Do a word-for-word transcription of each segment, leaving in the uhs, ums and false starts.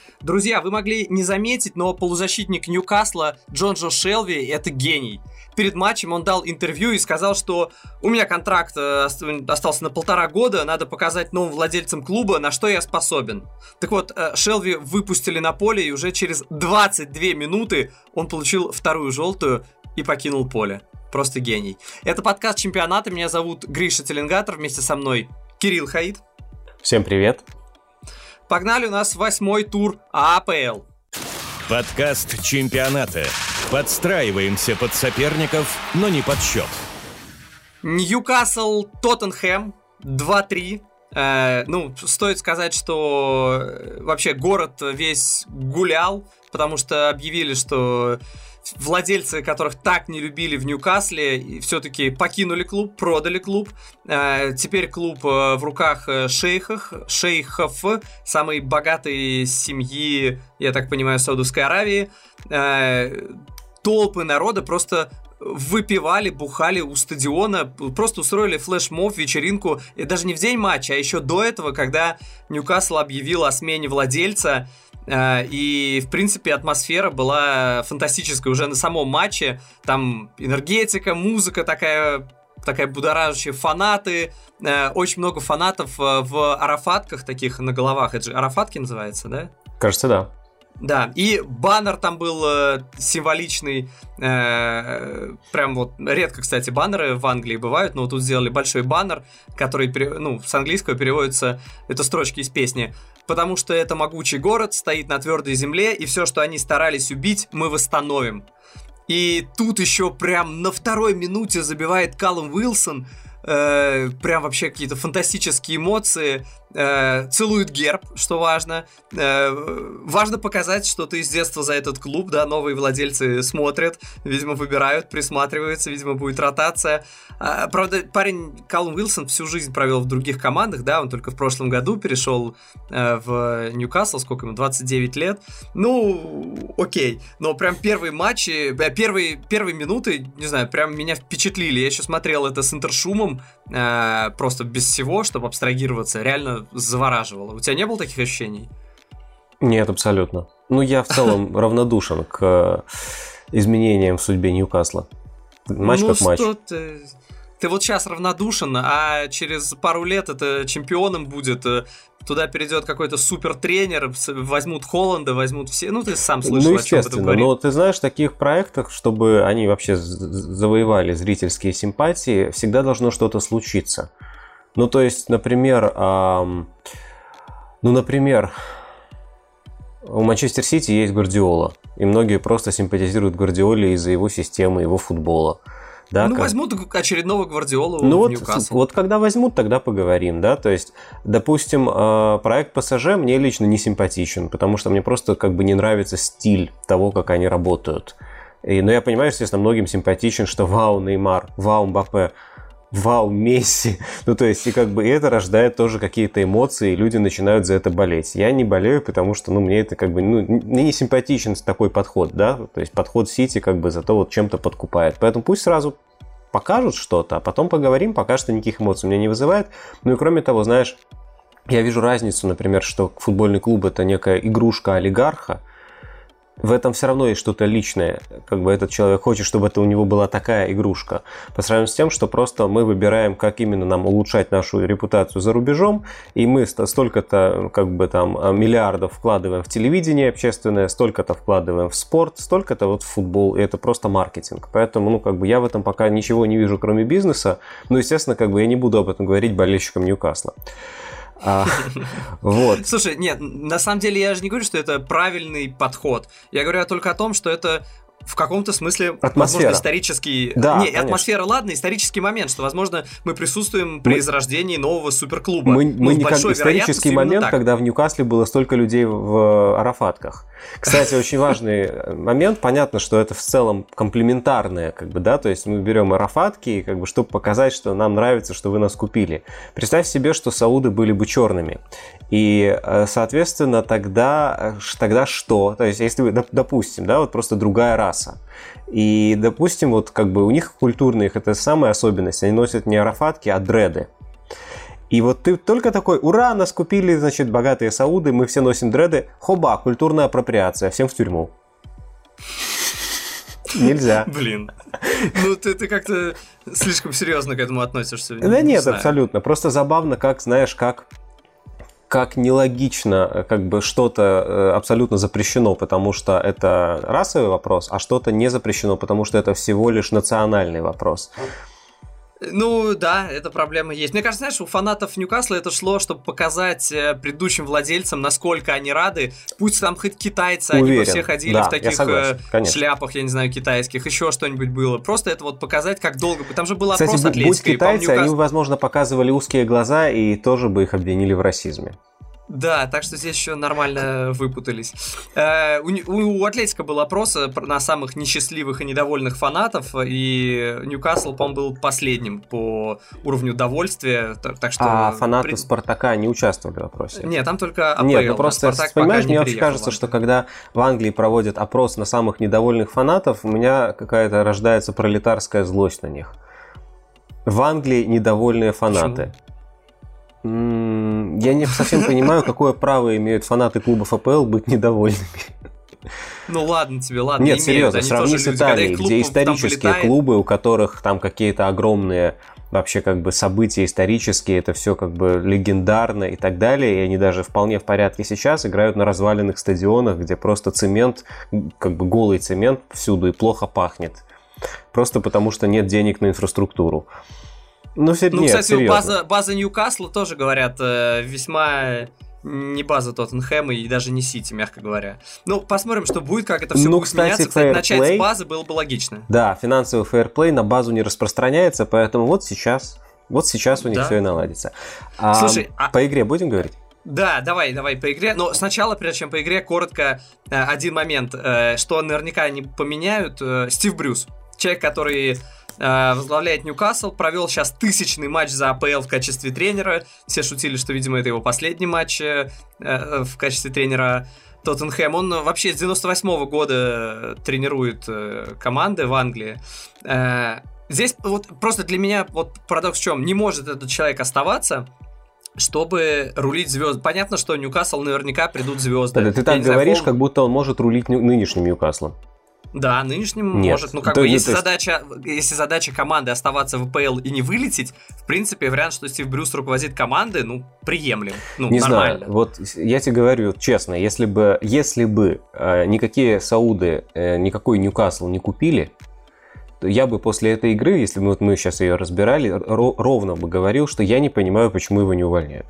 Друзья, вы могли не заметить, но полузащитник Ньюкасла Джонджо Шелви — это гений. Перед матчем он дал интервью и сказал, что у меня контракт остался на полтора года, надо показать новым владельцам клуба, на что я способен. Так вот, Шелви выпустили на поле, и уже через двадцать две минуты он получил вторую желтую и покинул поле. Просто гений. Это подкаст чемпионата, меня зовут Гриша Теленгатор, вместе со мной Кирилл Хаид. Всем привет. Погнали, у нас восьмой тур АПЛ. Подкаст чемпионата. Подстраиваемся под соперников, но не под счет. Ньюкасл Тоттенхэм два-три. Э, ну, стоит сказать, что вообще город весь гулял, потому что объявили, что владельцы, которых так не любили в Ньюкасле, все-таки покинули клуб, продали клуб. Теперь клуб в руках шейхов, шейхов самой богатой семьи, я так понимаю, Саудовской Аравии. Толпы народа просто выпивали, бухали у стадиона, просто устроили флешмоб, вечеринку, и даже не в день матча, а еще до этого, когда Ньюкасл объявил о смене владельца. И, в принципе, атмосфера была фантастическая уже на самом матче. Там энергетика, музыка такая, такая будоражащая, фанаты. Очень много фанатов в арафатках таких на головах. Это же арафатки называется, да? Кажется, да. Да, и баннер там был э, символичный, э, прям вот редко, кстати, баннеры в Англии бывают, но вот тут сделали большой баннер, который, ну, с английского переводится, это строчки из песни, потому что это могучий город, стоит на твердой земле, и все, что они старались убить, мы восстановим. И тут еще прям на второй минуте забивает Калум Уилсон, э, прям вообще какие-то фантастические эмоции. Э, целует герб, что важно. Э, важно показать, что ты с детства за этот клуб, да, новые владельцы смотрят, видимо, выбирают, присматриваются, видимо, будет ротация. А, правда, парень Калум Уилсон всю жизнь провел в других командах, да, он только в прошлом году перешел э, в Ньюкасл, сколько ему, двадцать девять лет. Ну, окей, но прям первые матчи, первые, первые минуты, не знаю, прям меня впечатлили. Я еще смотрел это с интершумом, э, просто без всего, чтобы абстрагироваться, реально завораживало. У тебя не было таких ощущений? Нет, абсолютно. Ну, я в целом равнодушен к изменениям в судьбе Ньюкасла. Матч ну, как матч. Ты, ты вот сейчас равнодушен, а через пару лет это чемпионом будет. Туда перейдет какой-то супертренер, возьмут Холланда, возьмут все. Ну, ты сам слышал, ну, о чем это говорит. Но ты знаешь, в таких проектах, чтобы они вообще завоевали зрительские симпатии, всегда должно что-то случиться. Ну, то есть, например, эм, ну, например, у Манчестер Сити есть Гвардиола, и многие просто симпатизируют Гвардиоле из-за его системы, его футбола. Да, ну, как... возьмут очередного Гвардиолу ну, в вот, Ньюкасл. Вот когда возьмут, тогда поговорим, да, то есть, допустим, проект ПСЖ мне лично не симпатичен, потому что мне просто как бы не нравится стиль того, как они работают. И, но я понимаю, естественно, многим симпатичен, что вау, Неймар, вау, Мбаппе, вау, Месси. Ну, то есть, и как бы и это рождает тоже какие-то эмоции, и люди начинают за это болеть. Я не болею, потому что, ну, мне это как бы, ну, мне не симпатичен такой подход, да, то есть, подход Сити как бы зато вот чем-то подкупает. Поэтому пусть сразу покажут что-то, а потом поговорим, пока что никаких эмоций у меня не вызывает. Ну, и кроме того, знаешь, я вижу разницу, например, что футбольный клуб – это некая игрушка олигарха. В этом все равно есть что-то личное. Как бы этот человек хочет, чтобы это у него была такая игрушка. По сравнению с тем, что просто мы выбираем, как именно нам улучшать нашу репутацию за рубежом, и мы столько-то как бы там миллиардов вкладываем в телевидение общественное, столько-то вкладываем в спорт, столько-то вот в футбол, и это просто маркетинг. Поэтому, ну, как бы я в этом пока ничего не вижу, кроме бизнеса. Но, естественно, как бы я не буду об этом говорить болельщикам Ньюкасла. А, вот. Слушай, нет, на самом деле я же не говорю, что это правильный подход. Я говорю только о том, что это в каком-то смысле, атмосфера. Возможно, исторический... Да, не, конечно. Атмосфера, ладно, исторический момент, что, возможно, мы присутствуем при мы... зарождении нового суперклуба. Мы, ну, мы никак... Исторический момент, когда в Ньюкасле было столько людей в арафатках. Кстати, очень важный момент. Понятно, что это в целом комплементарное, как бы, да, то есть мы берем арафатки, как бы, чтобы показать, что нам нравится, что вы нас купили. Представь себе, что сауды были бы черными. И, соответственно, тогда, тогда что? То есть, если вы, допустим, да, вот просто другая раса. И, допустим, вот как бы у них культурная их это самая особенность. Они носят не арафатки, а дреды. И вот ты только такой, ура, нас купили, значит, богатые сауды, мы все носим дреды. Хоба, культурная апроприация, всем в тюрьму. Нельзя. Блин. Ну, ты, ты как-то слишком серьезно к этому относишься. Да не нет, знаю. Абсолютно. Просто забавно, как, знаешь, как, как нелогично как бы что-то абсолютно запрещено, потому что это расовый вопрос, а что-то не запрещено, потому что это всего лишь национальный вопрос. Ну, да, эта проблема есть. Мне кажется, знаешь, у фанатов Ньюкасла это шло, чтобы показать предыдущим владельцам, насколько они рады. Пусть там хоть китайцы, Уверен. Они бы все ходили да, в таких согласен, шляпах, я не знаю, китайских, еще что-нибудь было. Просто это вот показать, как долго... Там же был Кстати, опрос Атлетики. Будь китайцы, Ньюкасл... они, возможно, показывали узкие глаза и тоже бы их обвинили в расизме. Да, так что здесь еще нормально выпутались. Э, у, у Атлетика был опрос на самых несчастливых и недовольных фанатов, и Ньюкасл, по-моему, был последним по уровню довольствия. Так, так что... А фанаты при... Спартака не участвовали в опросе? Нет, там только АПЛ. Нет, ну просто, понимаешь, мне вообще кажется, что когда в Англии проводят опрос на самых недовольных фанатов, у меня какая-то рождается пролетарская злость на них. В Англии недовольные фанаты. Почему? Я не совсем понимаю, какое право имеют фанаты клубов АПЛ быть недовольными. Ну ладно тебе, ладно. Нет, серьезно, сравни с Италией, где исторические клубы, у которых там какие-то огромные вообще как бы события исторические, это все как бы легендарно и так далее, и они даже вполне в порядке сейчас играют на разваленных стадионах, где просто цемент, как бы голый цемент всюду и плохо пахнет. Просто потому, что нет денег на инфраструктуру. Ну, все, ну нет, кстати, база, база Ньюкасла тоже, говорят, весьма не база Тоттенхэма и даже не Сити, мягко говоря. Ну, посмотрим, что будет, как это все ну, будет кстати, меняться. Кстати, начать play, с базы было бы логично. Да, финансовый фейерплей на базу не распространяется, поэтому вот сейчас, вот сейчас у них да. все и наладится. А, Слушай, а... по игре будем говорить? Да, давай, давай по игре. Но сначала, прежде чем по игре, коротко один момент, что наверняка они поменяют. Стив Брюс, человек, который... возглавляет Ньюкасл, провел сейчас тысячный матч за АПЛ в качестве тренера. Все шутили, что, видимо, это его последний матч э, в качестве тренера Тоттенхэм. Он вообще с девяносто восьмого года тренирует э, команды в Англии. Э, здесь вот просто для меня вот парадокс в чем? Не может этот человек оставаться, чтобы рулить звезды. Понятно, что Ньюкасл наверняка придут звезды. Да, ты так говоришь, знаю, как будто он может рулить нынешним Ньюкаслом. Да, нынешним Нет. может. Ну, как то, бы, ну, если, есть... задача, если задача команды оставаться в АПЛ и не вылететь, в принципе, вариант, что Стив Брюс руководит командой, ну, приемлем. Ну, не нормально. знаю. Вот я тебе говорю честно, если бы, если бы э, никакие сауды, э, никакой Ньюкасл не купили, то я бы после этой игры, если бы вот мы сейчас ее разбирали, ро- ровно бы говорил, что я не понимаю, почему его не увольняют.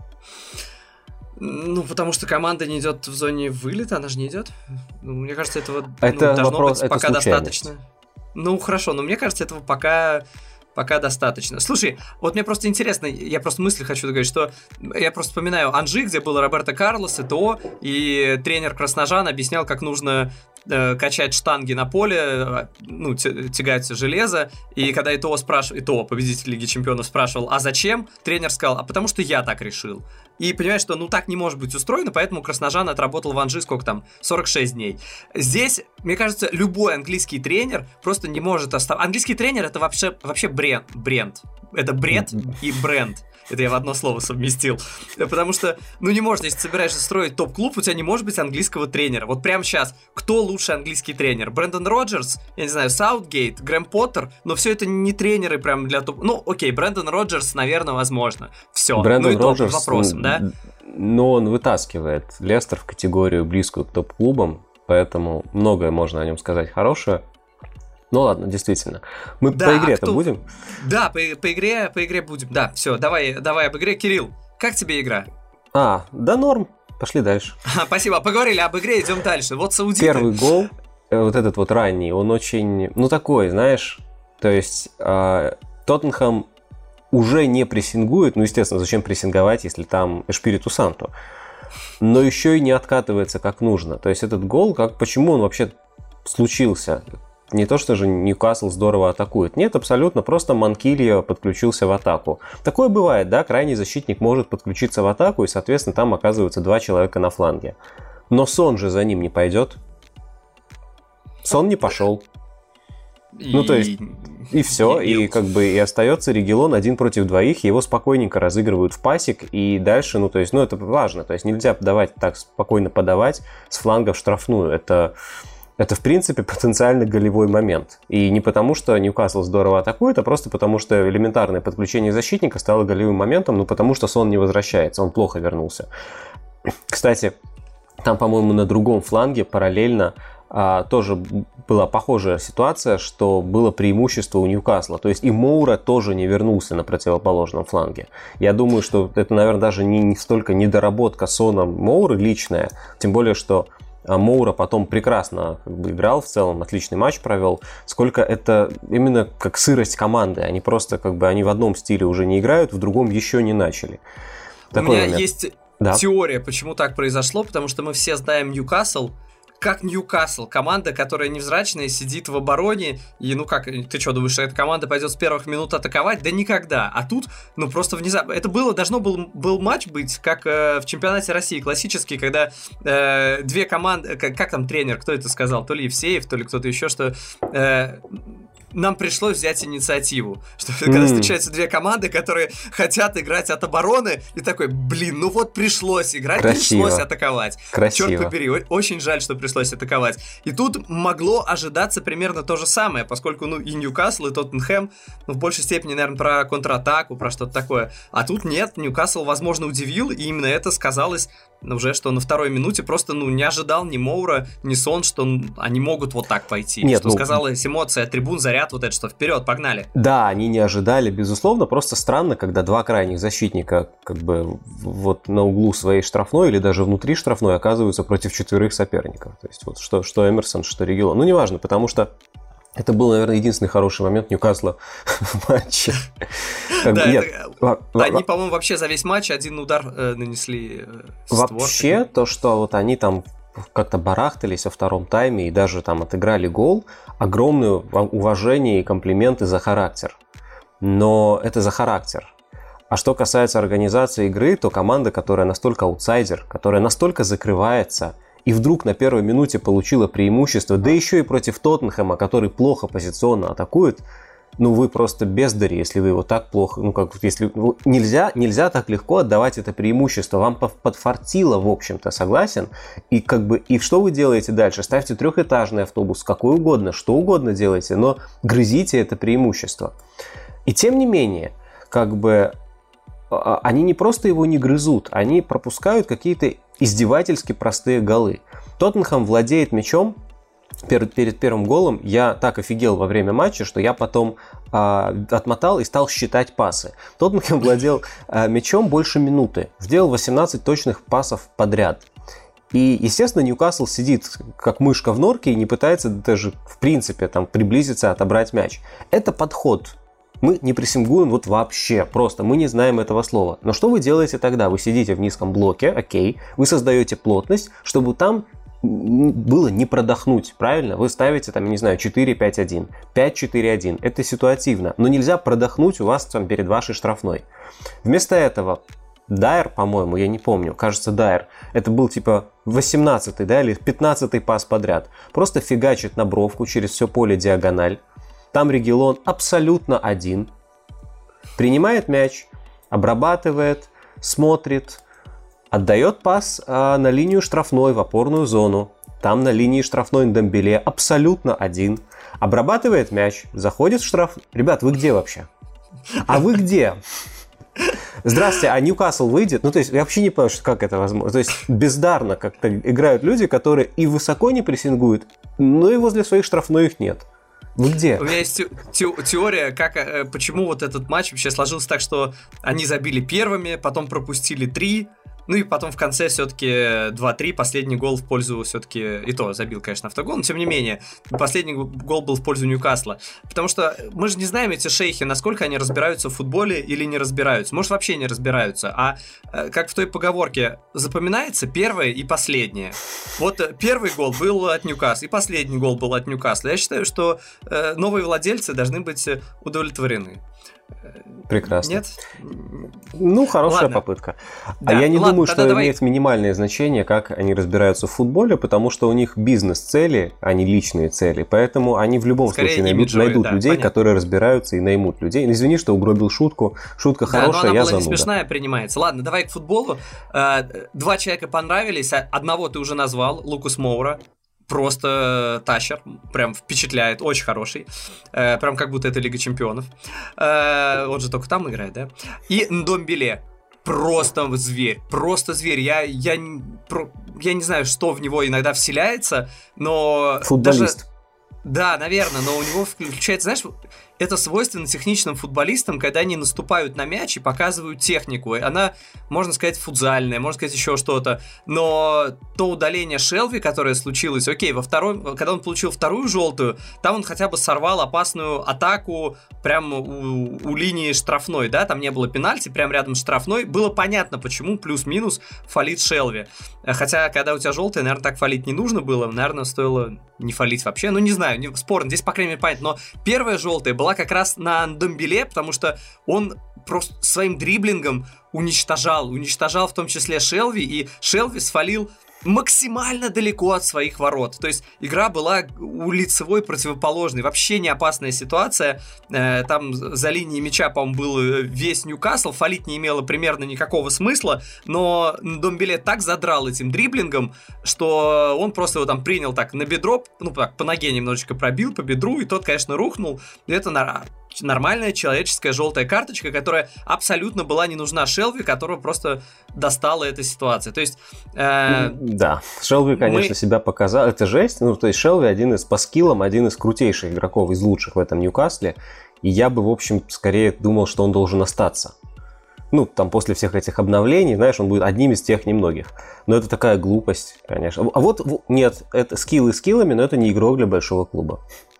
Ну, потому что команда не идет в зоне вылета, она же не идет. Ну, мне кажется, этого это ну, должно вопрос, быть это пока случайность. достаточно. Ну, хорошо, но мне кажется, этого пока, пока достаточно. Слушай, вот мне просто интересно, я просто мысли хочу договорить, что я просто вспоминаю Анжи, где был Роберто Карлос, ЭТО, и тренер Красножан объяснял, как нужно э, качать штанги на поле, ну, тягать железо, и когда ЭТО спрашивал, ЭТО, победитель Лиги Чемпионов, спрашивал, а зачем? Тренер сказал, а потому что я так решил. И понимаешь, что ну так не может быть устроено, поэтому Красножан отработал в Анжи сколько там, сорок шесть дней. Здесь, мне кажется, любой английский тренер просто не может оставаться. Английский тренер это вообще, вообще бренд, бренд. Это бред и бренд. Это я в одно слово совместил. Потому что, ну не можно, если ты собираешься строить топ-клуб, у тебя не может быть английского тренера. Вот прямо сейчас, кто лучше английский тренер? Брэндон Роджерс, я не знаю, Саутгейт, Грэм Поттер, но все это не тренеры прям для топ... Ну, окей, Брэндон Роджерс, наверное, возможно. Все. Брэндон ну и Роджерс, топ вопросом, да? Но он вытаскивает Лестер в категорию близкую к топ-клубам, поэтому многое можно о нем сказать хорошее. Ну ладно, действительно. Мы да, по игре-то кто... будем? Да, по, по игре, по игре будем. Да, все, давай, давай об игре. Кирилл, как тебе игра? А, да норм. Пошли дальше. Спасибо, поговорили об игре, идем дальше. Вот саудиты. Первый гол, вот этот вот ранний, он очень, ну такой, знаешь, то есть э, Тоттенхэм уже не прессингует, ну естественно, зачем прессинговать, если там Эшпириту Санту, но еще и не откатывается как нужно. То есть этот гол, как, почему он вообще случился? Не то, что же Ньюкасл здорово атакует. Нет, абсолютно просто Манкильо подключился в атаку. Такое бывает, да, крайний защитник может подключиться в атаку, и, соответственно, там оказываются два человека на фланге. Но Сон же за ним не пойдет. Сон не пошел. И... Ну, то есть, и все, и, и как бы и остается Регелон один против двоих, его спокойненько разыгрывают в пасик, и дальше, ну, то есть, ну, это важно, то есть, нельзя давать так спокойно подавать с фланга в штрафную, это, это в принципе, потенциально голевой момент, и не потому, что Ньюкасл здорово атакует, а просто потому, что элементарное подключение защитника стало голевым моментом, ну, потому что Сон не возвращается, он плохо вернулся. Кстати, там, по-моему, на другом фланге параллельно а, тоже была похожая ситуация, что было преимущество у Ньюкасла. То есть и Моура тоже не вернулся на противоположном фланге. Я думаю, что это, наверное, даже не, не столько недоработка Сона Моуры личная, тем более, что Моура потом прекрасно как бы играл, в целом отличный матч провел, сколько это именно как сырость команды. Они просто как бы они в одном стиле уже не играют, в другом еще не начали. Такой у меня момент. Есть... Да. Теория, почему так произошло, потому что мы все знаем Ньюкасл как Ньюкасл, команда, которая невзрачная, сидит в обороне, и ну как, ты что, думаешь, что эта команда пойдет с первых минут атаковать? Да никогда, а тут, ну просто внезапно, это было, должно был, был матч быть, как э, в чемпионате России, классический, когда э, две команды, как, как там тренер, кто это сказал, то ли Евсеев, то ли кто-то еще, что... Э, нам пришлось взять инициативу. Что, mm. Когда встречаются две команды, которые хотят играть от обороны, и такой, блин, ну вот пришлось играть, Красиво. пришлось атаковать. Красиво. Черт побери, очень жаль, что пришлось атаковать. И тут могло ожидаться примерно то же самое, поскольку, ну, и Ньюкасл, и Тоттенхэм, ну, в большей степени, наверное, про контратаку, про что-то такое. А тут нет, Ньюкасл, возможно, удивил, и именно это сказалось уже, что на второй минуте просто, ну, не ожидал ни Моура, ни Сон, что они могут вот так пойти. Нет, что ну... сказалась эмоция трибун, заряд, вот это, что вперед, погнали. Да, они не ожидали, безусловно, просто странно, когда два крайних защитника как бы вот на углу своей штрафной или даже внутри штрафной оказываются против четверых соперников. То есть вот что, что Эмерсон, что Регелон. Ну, неважно, потому что это был, наверное, единственный хороший момент Ньюкасла в матче. Да, они, по-моему, вообще за весь матч один удар нанесли. Вообще, то, что вот они там как-то барахтались во втором тайме и даже там отыграли гол, огромное уважение и комплименты за характер. Но это за характер. А что касается организации игры, то команда, которая настолько аутсайдер, которая настолько закрывается, и вдруг на первой минуте получила преимущество, да еще и против Тоттенхэма, который плохо позиционно атакует, ну вы просто бездари, если вы его так плохо, ну как, если нельзя, нельзя так легко отдавать это преимущество, вам подфартило, в общем-то, согласен, и как бы, и что вы делаете дальше? Ставьте трехэтажный автобус, какой угодно, что угодно делайте, но грызите это преимущество. И тем не менее, как бы, они не просто его не грызут, они пропускают какие-то издевательски простые голы. Тоттенхэм владеет мячом. Перед, перед первым голом я так офигел во время матча, что я потом э, отмотал и стал считать пасы. Тоттенхэм владел э, мячом больше минуты, сделал восемнадцать точных пасов подряд. И, естественно, Ньюкасл сидит как мышка в норке и не пытается даже, в принципе, там, приблизиться, отобрать мяч. Это подход. Мы не прессингуем вот вообще, просто мы не знаем этого слова. Но что вы делаете тогда? Вы сидите в низком блоке, окей, вы создаете плотность, чтобы там было не продохнуть, правильно? Вы ставите там, я не знаю, четыре пять один, пять четыре один. Это ситуативно, но нельзя продохнуть у вас там перед вашей штрафной. Вместо этого Дайер, по-моему, я не помню, кажется Дайер, это был типа восемнадцатый, да, или пятнадцатый пас подряд. Просто фигачит на бровку через все поле диагональ. Там Регелон абсолютно один. Принимает мяч, обрабатывает, смотрит, отдает пас а, на линию штрафной в опорную зону. Там на линии штрафной Ндембеле абсолютно один. Обрабатывает мяч, заходит в штраф. Ребят, вы где вообще? А вы где? Здравствуйте, а Ньюкасл выйдет? Ну, то есть, я вообще не понимаю, как это возможно. То есть, бездарно как-то играют люди, которые и высоко не прессингуют, но и возле своих штрафной их нет. Вы где? У меня есть те- те- теория, как, э, почему вот этот матч вообще сложился так, что они забили первыми, потом пропустили три, ну и потом в конце все-таки два-три, последний гол в пользу все-таки, и то забил, конечно, автогол, но тем не менее, последний гол был в пользу Ньюкасла. Потому что мы же не знаем, эти шейхи, насколько они разбираются в футболе или не разбираются. Может, вообще не разбираются. А как в той поговорке, запоминается первое и последнее. Вот первый гол был от Ньюкасла, и последний гол был от Ньюкасла. Я считаю, что новые владельцы должны быть удовлетворены. Прекрасно. Нет? Ну, хорошая Ладно. попытка. Да, а я не ладно, думаю, что давай... имеет минимальное значение, как они разбираются в футболе, потому что у них бизнес-цели, а не личные цели. Поэтому они в любом Скорее случае найдут, имиджевые, найдут да, людей, понятно. которые разбираются и наймут людей. Извини, что угробил шутку. Шутка Да, хорошая, но она я была зануда. не смешная, принимается. Ладно, давай к футболу. Два человека понравились. Одного ты уже назвал, Лукас Моура. Просто тащер, прям впечатляет, очень хороший, э, прям как будто это Лига Чемпионов. Э, он же только там играет, да? И Ндомбеле, просто зверь, просто зверь. Я, я, я не знаю, что в него иногда вселяется, но... Футболист. Даже... Да, наверное, но у него включается, знаешь, это свойственно техничным футболистам, когда они наступают на мяч и показывают технику. Она, можно сказать, футзальная, можно сказать, еще что-то. Но то удаление Шелви, которое случилось, окей, во втором, когда он получил вторую желтую, там он хотя бы сорвал опасную атаку прямо у, у линии штрафной, да, там не было пенальти, прямо рядом с штрафной. Было понятно, почему плюс-минус фалит Шелви. Хотя, когда у тебя желтая, наверное, так фалить не нужно было, наверное, стоило не фалить вообще. Ну, не знаю, не, спорно, здесь, по крайней мере, понятно. Но первая желтая была как раз на Ндомбеле, потому что он просто своим дриблингом уничтожал, уничтожал в том числе Шелви, и Шелви свалил максимально далеко от своих ворот. То есть игра была у лицевой противоположной. Вообще не опасная ситуация. Э, там за линией мяча, по-моему, был весь Ньюкасл. Фалить не имело примерно никакого смысла. Но Ндомбеле так задрал этим дриблингом, что он просто его там принял так на бедро, ну так, по ноге немножечко пробил, по бедру, и тот, конечно, рухнул. И это на... нормальная человеческая желтая карточка, которая абсолютно была не нужна Шелви, которого просто достала эта ситуация. То есть... Э, да, Шелви, конечно, мы... себя показал. Это жесть. Ну, то есть Шелви один из, по скиллам, один из крутейших игроков, из лучших в этом Ньюкасле. И я бы, в общем, скорее думал, что он должен остаться. Ну, там, после всех этих обновлений, знаешь, он будет одним из тех немногих. Но это такая глупость, конечно. А вот, нет, это скиллы скиллами, но это не игрок для большого клуба.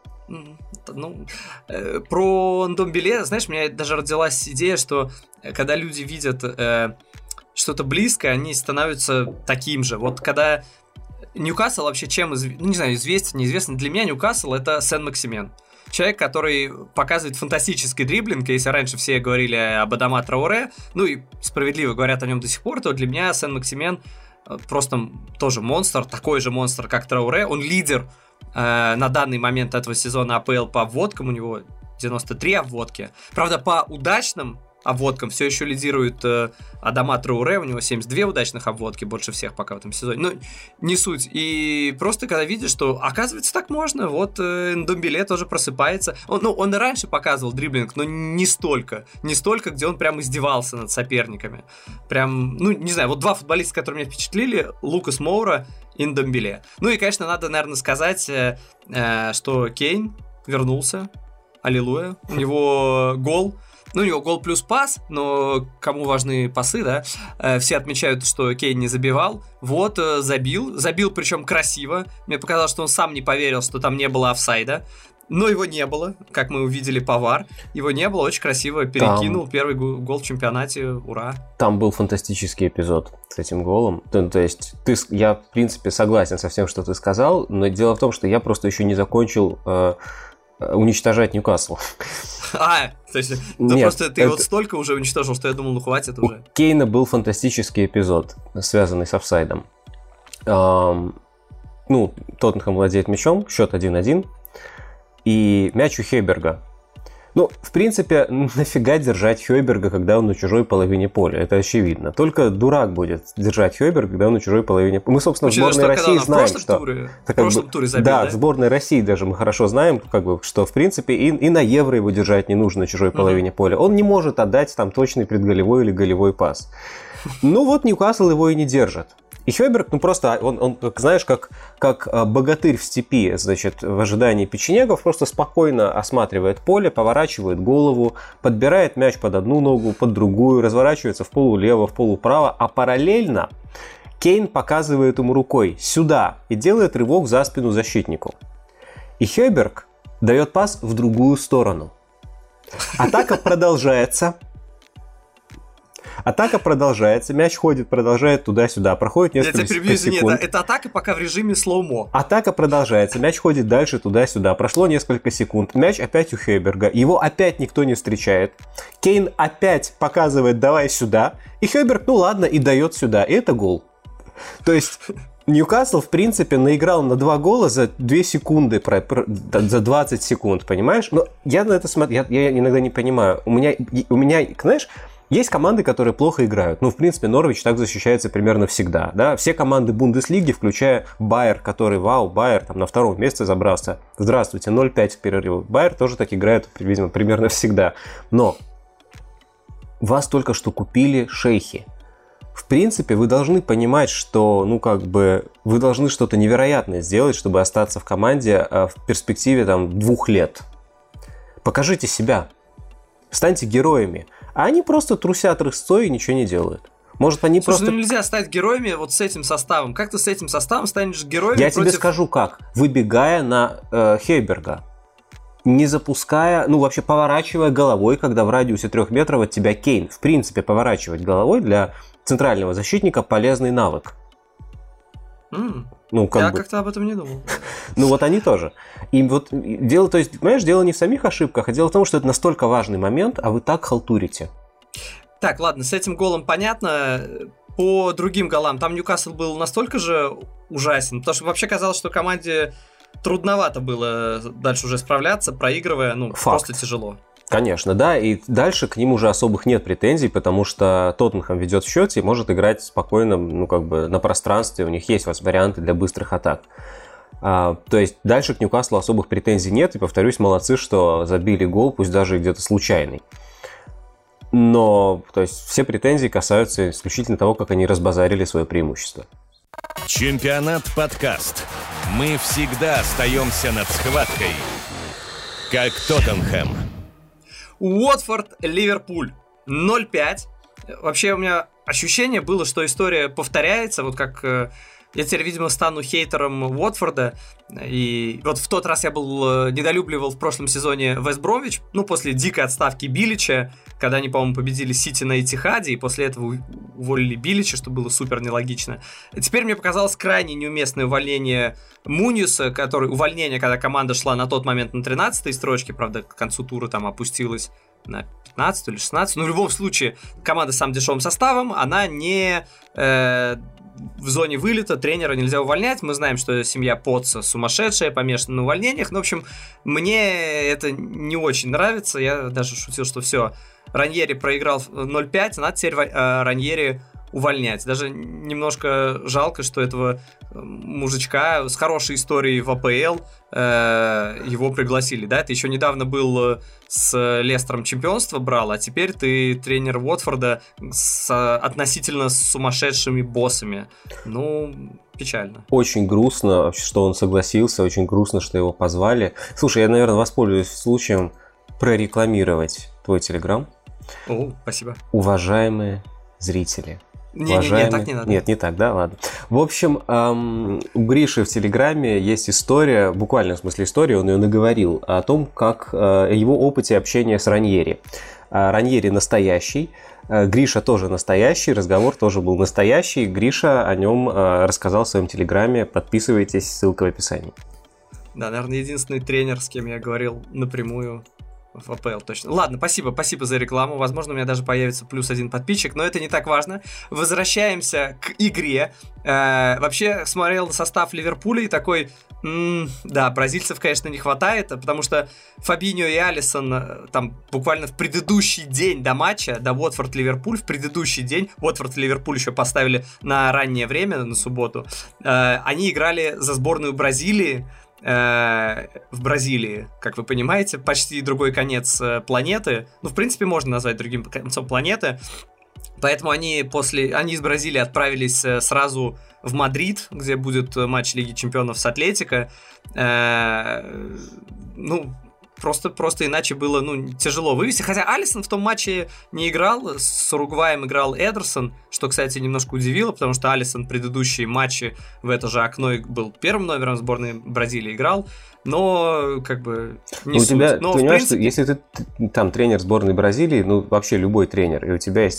Ну, э, про Ндомбеле, знаешь, у меня даже родилась идея, что когда люди видят э, что-то близкое, они становятся таким же. Вот когда Ньюкасл вообще чем известен, ну, не знаю, известен, неизвестен, для меня Ньюкасл — это Сен-Максимен. Человек, который показывает фантастический дриблинг. Если раньше все говорили об Адама Трауре, ну и справедливо говорят о нем до сих пор, то для меня Сен-Максимен просто тоже монстр, такой же монстр, как Трауре. Он лидер э, на данный момент этого сезона АПЛ по обводкам, у него девяносто три обводки. Правда, по удачным обводкам все еще лидирует э, Адама Трауре, у него семьдесят две удачных обводки, больше всех пока в этом сезоне. Ну, не суть. И просто когда видишь, что оказывается так можно, вот э, Ндомбеле тоже просыпается. Он, ну, он и раньше показывал дриблинг, но не столько. Не столько, где он прям издевался над соперниками. Прям, ну, не знаю, вот два футболиста, которые меня впечатлили, Лукас Моура и Ндомбеле. Ну и, конечно, надо, наверное, сказать, э, э, что Кейн вернулся. Аллилуйя. У него гол. Ну, у него гол плюс пас, но кому важны пасы, да? Э, все отмечают, что Кейн не забивал. Вот, э, забил. Забил, причем красиво. Мне показалось, что он сам не поверил, что там не было офсайда. Но его не было, как мы увидели по ВАР. Его не было, очень красиво перекинул. Там... Первый гол в чемпионате, ура. Там был фантастический эпизод с этим голом. То, то есть, ты, я, в принципе, согласен со всем, что ты сказал, но дело в том, что я просто еще не закончил... Э, уничтожать Ньюкасл. А, то есть, ну Нет, просто ты это... вот столько уже уничтожил, что я думал, ну хватит У уже. У Кейна был фантастический эпизод, связанный с офсайдом. Эм, ну, Тоттенхэм владеет мячом, счет один-один, и мяч у Хёйберга. Ну, в принципе, нафига держать Хёйберга, когда он на чужой половине поля? Это очевидно. Только дурак будет держать Хёйберга, когда он на чужой половине поля. Мы, собственно, в сборной России знаем, что... В прошлом туре, в прошлом туре забил, да? Да, в сборной России даже мы хорошо знаем, как бы, что, в принципе, и, и на Евро его держать не нужно на чужой половине uh-huh. поля. Он не может отдать там точный предголевой или голевой пас. Ну вот Ньюкасл его и не держит. И Хёйберг, ну просто, он, он знаешь, как, как богатырь в степи, значит, в ожидании печенегов, просто спокойно осматривает поле, поворачивает голову, подбирает мяч под одну ногу, под другую, разворачивается в полулево, в полуправо, а параллельно Кейн показывает ему рукой сюда и делает рывок за спину защитнику. И Хёйберг дает пас в другую сторону. Атака продолжается. Атака продолжается, мяч ходит, продолжает туда-сюда, проходит несколько секунд. Я тебя перебью, извини, это, это атака пока в режиме слоумо. Атака продолжается, мяч ходит дальше, туда-сюда, прошло несколько секунд, мяч опять у Хёйберга, его опять никто не встречает. Кейн опять показывает «давай сюда», и Хёйберг, ну ладно, и дает сюда, и это гол. То есть... Ньюкасл, в принципе, наиграл на два гола за две секунды, за двадцать секунд, понимаешь? Но я на это смотрю, я, я иногда не понимаю. У меня, у меня, знаешь, есть команды, которые плохо играют. Ну, в принципе, Норвич так защищается примерно всегда, да? Все команды Бундеслиги, включая Байер, который, вау, Байер там на втором месте забрался. Здравствуйте, ноль пять в перерыве. Байер тоже так играет, видимо, примерно всегда. Но вас только что купили шейхи. В принципе, вы должны понимать, что, ну, как бы, вы должны что-то невероятное сделать, чтобы остаться в команде в перспективе, там, двух лет. Покажите себя. Станьте героями. А они просто трусят рысцой и ничего не делают. Может, они Слушай, просто... ну нельзя стать героями вот с этим составом. Как ты с этим составом станешь героем? Я против... тебе скажу как. Выбегая на э, Хёйберга. Не запуская, ну, вообще поворачивая головой, когда в радиусе трех метров от тебя Кейн. В принципе, поворачивать головой для... центрального защитника полезный навык. Mm. Ну, как Я бы... как-то об этом не думал. Ну, вот они тоже. И вот дело, то есть, понимаешь, дело не в самих ошибках, а дело в том, что это настолько важный момент, а вы так халтурите. Так, ладно, с этим голом понятно. По другим голам, там Ньюкасл был настолько же ужасен, потому что вообще казалось, что команде трудновато было дальше уже справляться, проигрывая, ну, Факт. Просто тяжело. Конечно, да, и дальше к ним уже особых нет претензий, потому что Тоттенхэм ведет в счете и может играть спокойно, ну, как бы на пространстве, у них есть варианты для быстрых атак. А, то есть дальше к Ньюкаслу особых претензий нет, и, повторюсь, молодцы, что забили гол, пусть даже где-то случайный. Но, то есть, все претензии касаются исключительно того, как они разбазарили свое преимущество. Чемпионат подкаст. Мы всегда остаемся над схваткой, как Тоттенхэм. Уотфорд, Ливерпуль ноль пять. Вообще у меня ощущение было, что история повторяется, вот как э, я теперь, видимо, стану хейтером Уотфорда. И вот в тот раз я был, недолюбливал в прошлом сезоне Вест Бромвич, ну, после дикой отставки Билича, когда они, по-моему, победили Сити на Этихаде, и после этого уволили Билича, что было супер нелогично. Теперь мне показалось крайне неуместное увольнение Муньюса, который, увольнение, когда команда шла на тот момент на тринадцатой строчке, правда, к концу тура там опустилась на пятнадцатую или шестнадцатую, но в любом случае команда с самым дешевым составом, она не... Э, в зоне вылета, тренера нельзя увольнять. Мы знаем, что семья Потца сумасшедшая, помешана на увольнениях. Но, в общем, мне это не очень нравится. Я даже шутил, что все, Раньери проиграл ноль пять, надо теперь Раньери увольнять. Даже немножко жалко, что этого мужичка с хорошей историей в АПЛ э, его пригласили. Да, это еще недавно был с Лестером чемпионство брал, а теперь ты тренер Уотфорда с относительно сумасшедшими боссами. Ну, печально. Очень грустно, что он согласился, очень грустно, что его позвали. Слушай, я, наверное, воспользуюсь случаем прорекламировать твой телеграм. О, спасибо. Уважаемые зрители. Не-не-не, так не надо. Нет, не так, да, ладно. В общем, эм, у Гриши в Телеграме есть история, буквально в смысле история, он ее наговорил, о том, как э, его опыте общения с Раньери. Э, Раньери настоящий, э, Гриша тоже настоящий, разговор тоже был настоящий. Гриша о нем э, рассказал в своем Телеграме, подписывайтесь, ссылка в описании. Да, наверное, единственный тренер, с кем я говорил напрямую в АПЛ, точно. Ладно, спасибо, спасибо за рекламу. Возможно, у меня даже появится плюс один подписчик, но это не так важно. Возвращаемся к игре. Э, вообще, смотрел на состав Ливерпуля и такой... М- да, бразильцев, конечно, не хватает, потому что Фабиньо и Алисон там буквально в предыдущий день до матча, до Уотфорд-Ливерпуль, в предыдущий день, Уотфорд и Ливерпуль еще поставили на раннее время, на субботу, э, они играли за сборную Бразилии, в Бразилии, как вы понимаете, почти другой конец планеты. Ну, в принципе, можно назвать другим концом планеты. Поэтому они после, они из Бразилии отправились сразу в Мадрид, где будет матч Лиги Чемпионов с Атлетико. Ну, Просто, просто иначе было, ну, тяжело вывести. Хотя Алисон в том матче не играл. С Уругваем играл Эдерсон, что, кстати, немножко удивило, потому что Алисон в предыдущие матчи в это же окно был первым номером сборной Бразилии, играл. Но, как бы, не у суть. тебя, Но, ты понимаешь, принципе... что если ты там тренер сборной Бразилии, ну, вообще любой тренер, и у тебя есть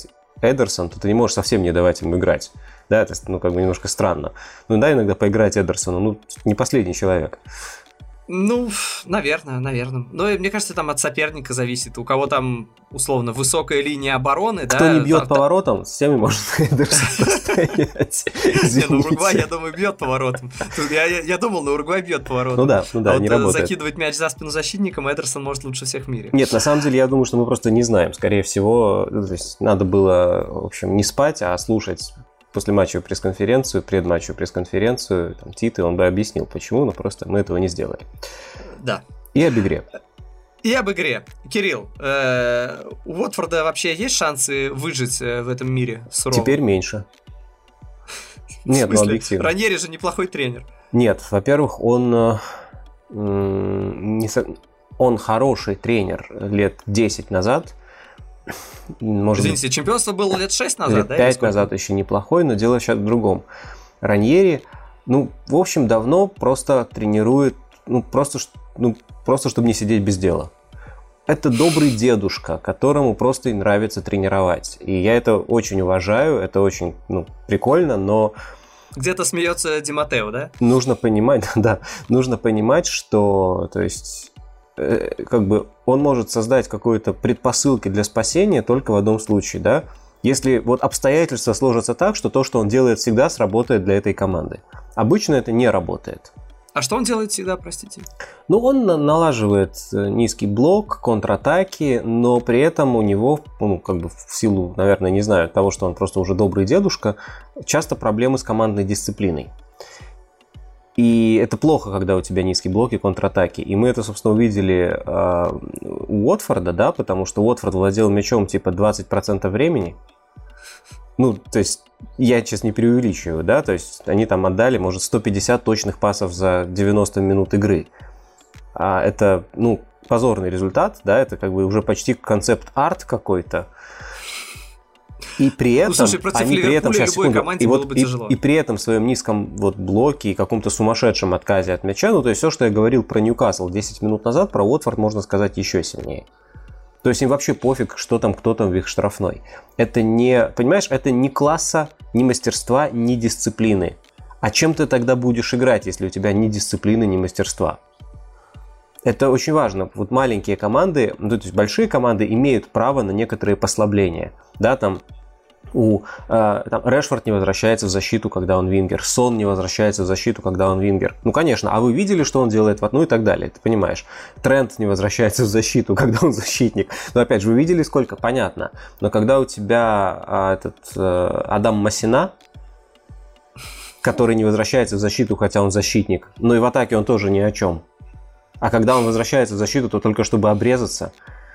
Эдерсон, то ты не можешь совсем не давать ему играть. Да, это, ну, как бы немножко странно. Ну, да, иногда поиграть Эдерсону, ну, не последний человек. Ну, наверное, наверное. Но мне кажется, там от соперника зависит. У кого там, условно, высокая линия обороны, Кто да? не бьет там, поворотом, с теми может Эдерсон постоять. Не, ну Уругвай, я думаю, бьет поворотом. Я, я, я думал, на Уругвай бьет поворотом. Ну да, ну да, а не вот работает. Закидывать мяч за спину защитником Эдерсон может лучше всех в мире. Нет, на самом деле, я думаю, что мы просто не знаем. Скорее всего, то есть, надо было, в общем, не спать, а слушать послематчевую пресс-конференцию, предматчевую пресс-конференцию, там, Титы, он бы объяснил, почему, но просто мы этого не сделали. Да. И об игре. И об игре. Кирилл, э, у Уотфорда вообще есть шансы выжить в этом мире суровом? Теперь меньше. Нет, ну объективно. Раньери же неплохой тренер. Нет, во-первых, он, э, не со... он хороший тренер лет десять назад. Может Извините, быть, чемпионство было лет шесть назад, лет да? пять назад еще неплохой, но дело сейчас в другом. Раньери, ну, в общем, давно просто тренирует, ну, просто, ну, просто чтобы не сидеть без дела. Это добрый дедушка, которому просто и нравится тренировать. И я это очень уважаю, это очень, ну, прикольно, но... Где-то смеется Ди Маттео, да? Нужно понимать, да, нужно понимать, что, то есть, э, как бы он может создать какие-то предпосылки для спасения только в одном случае, да? Если вот обстоятельства сложатся так, что то, что он делает всегда, сработает для этой команды. Обычно это не работает. А что он делает всегда, простите? Ну, он налаживает низкий блок, контратаки, но при этом у него, ну, как бы в силу, наверное, не знаю, того, что он просто уже добрый дедушка, часто проблемы с командной дисциплиной. И это плохо, когда у тебя низкий блок и контратаки. И мы это, собственно, увидели э, у Уотфорда, да, потому что Уотфорд владел мячом типа двадцать процентов времени. Ну, то есть, я сейчас не преувеличиваю, да, то есть, они там отдали, может, сто пятьдесят точных пасов за девяносто минут игры. А это, ну, позорный результат, да, это как бы уже почти концепт-арт какой-то. И при этом, ну, слушай, против они при этом, сейчас, любой секунду, команде и, было вот, бы и, тяжело. И при этом в своем низком вот блоке и каком-то сумасшедшем отказе от мяча, ну, то есть, все, что я говорил про Ньюкасл десять минут назад, про Уотфорд можно сказать еще сильнее. То есть им вообще пофиг, что там, кто там в их штрафной. Это не, понимаешь, это не класса, ни мастерства, ни дисциплины. А чем ты тогда будешь играть, если у тебя ни дисциплины, ни мастерства? Это очень важно. Вот маленькие команды, ну, то есть большие команды имеют право на некоторые послабления. Да, там у э, там, Решфорд не возвращается в защиту, когда он вингер. Сон не возвращается в защиту, когда он вингер. Ну, конечно, а вы видели, что он делает? Ну и так далее, ты понимаешь. Трент не возвращается в защиту, когда он защитник. Но опять же, вы видели сколько? Понятно. Но когда у тебя э, этот э, Адам Масина, который не возвращается в защиту, хотя он защитник, но и в атаке он тоже ни о чем. А когда он возвращается в защиту, то только чтобы обрезаться.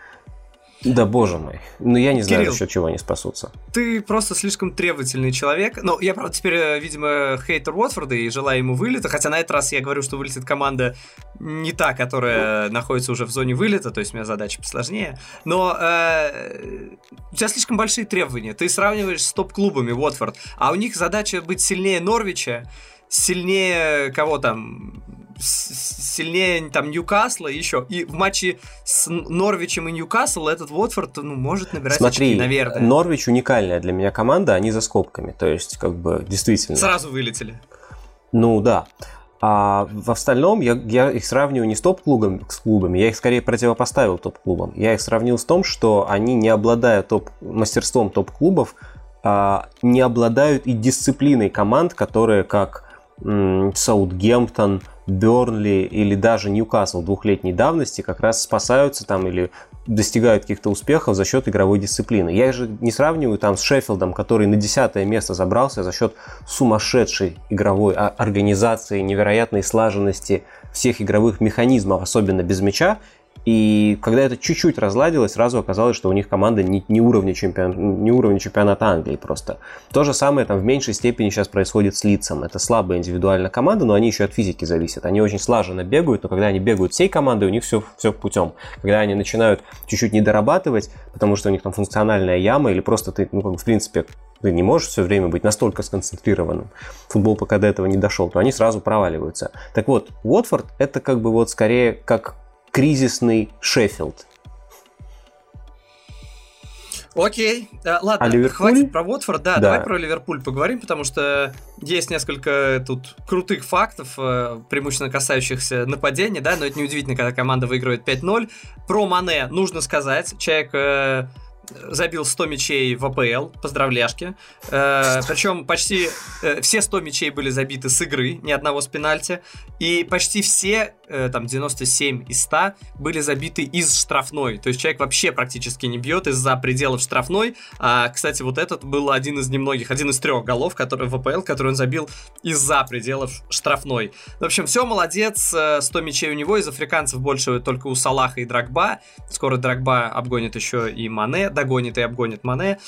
Да боже мой. Ну я не знаю, Кирилл, за счет чего они спасутся. Ты просто слишком требовательный человек. Ну, я, правда, теперь, видимо, хейтер Уотфорда и желаю ему вылета. Хотя на этот раз я говорю, что вылетит команда не та, которая находится уже в зоне вылета. То есть у меня задача посложнее. Но э, у тебя слишком большие требования. Ты сравниваешь с топ-клубами Уотфорд. А у них задача быть сильнее Норвича, сильнее кого там... сильнее там Ньюкасла еще. И в матче с Норвичем и Ньюкасл этот Уотфорд, ну, может набирать Смотри, очки, наверное. Норвич уникальная для меня команда, они за скобками. То есть, как бы, действительно. Сразу вылетели. Ну, да. А в остальном я, я их сравниваю не с топ-клубами, с клубами, я их скорее противопоставил топ-клубам. Я их сравнил с том, что они, не обладая топ, мастерством топ-клубов, а, не обладают и дисциплиной команд, которые как м- Саутгемптон, Бернли или даже Ньюкасл двухлетней давности как раз спасаются там или достигают каких-то успехов за счет игровой дисциплины. Я же не сравниваю там с Шеффилдом, который на десятое место забрался за счет сумасшедшей игровой организации, невероятной слаженности всех игровых механизмов, особенно без мяча. И когда это чуть-чуть разладилось, сразу оказалось, что у них команда не, не, уровня, чемпион, не уровня чемпионата Англии просто. То же самое там в меньшей степени сейчас происходит с Лидсом. Это слабая индивидуальная команда, но они еще от физики зависят. Они очень слаженно бегают, но когда они бегают всей командой, у них все, все путем. Когда они начинают чуть-чуть не дорабатывать, потому что у них там функциональная яма, или просто ты, ну, в принципе, ты не можешь все время быть настолько сконцентрированным, футбол пока до этого не дошел, то они сразу проваливаются. Так вот, Уотфорд это как бы вот скорее как кризисный Шеффилд. Окей, а, ладно, а Ливерпуль? Хватит про Уотфорд, да, да, давай про Ливерпуль поговорим, потому что есть несколько тут крутых фактов, преимущественно касающихся нападения, да, но это неудивительно, когда команда выигрывает пять ноль. Про Мане нужно сказать, человек забил сто мячей в АПЛ, поздравляшки. Э, причем почти э, все сто мячей были забиты с игры, ни одного с пенальти. И почти все, э, там девяносто семь из ста, были забиты из штрафной. То есть человек вообще практически не бьет из-за пределов штрафной. А, кстати, вот этот был один из немногих, один из трех голов, который, в АПЛ, который он забил из-за пределов штрафной. В общем, все, молодец, сто мячей у него. Из африканцев больше только у Салаха и Дрогба. Скоро Дрогба обгонит еще и Мане, догонит и обгонит Мане.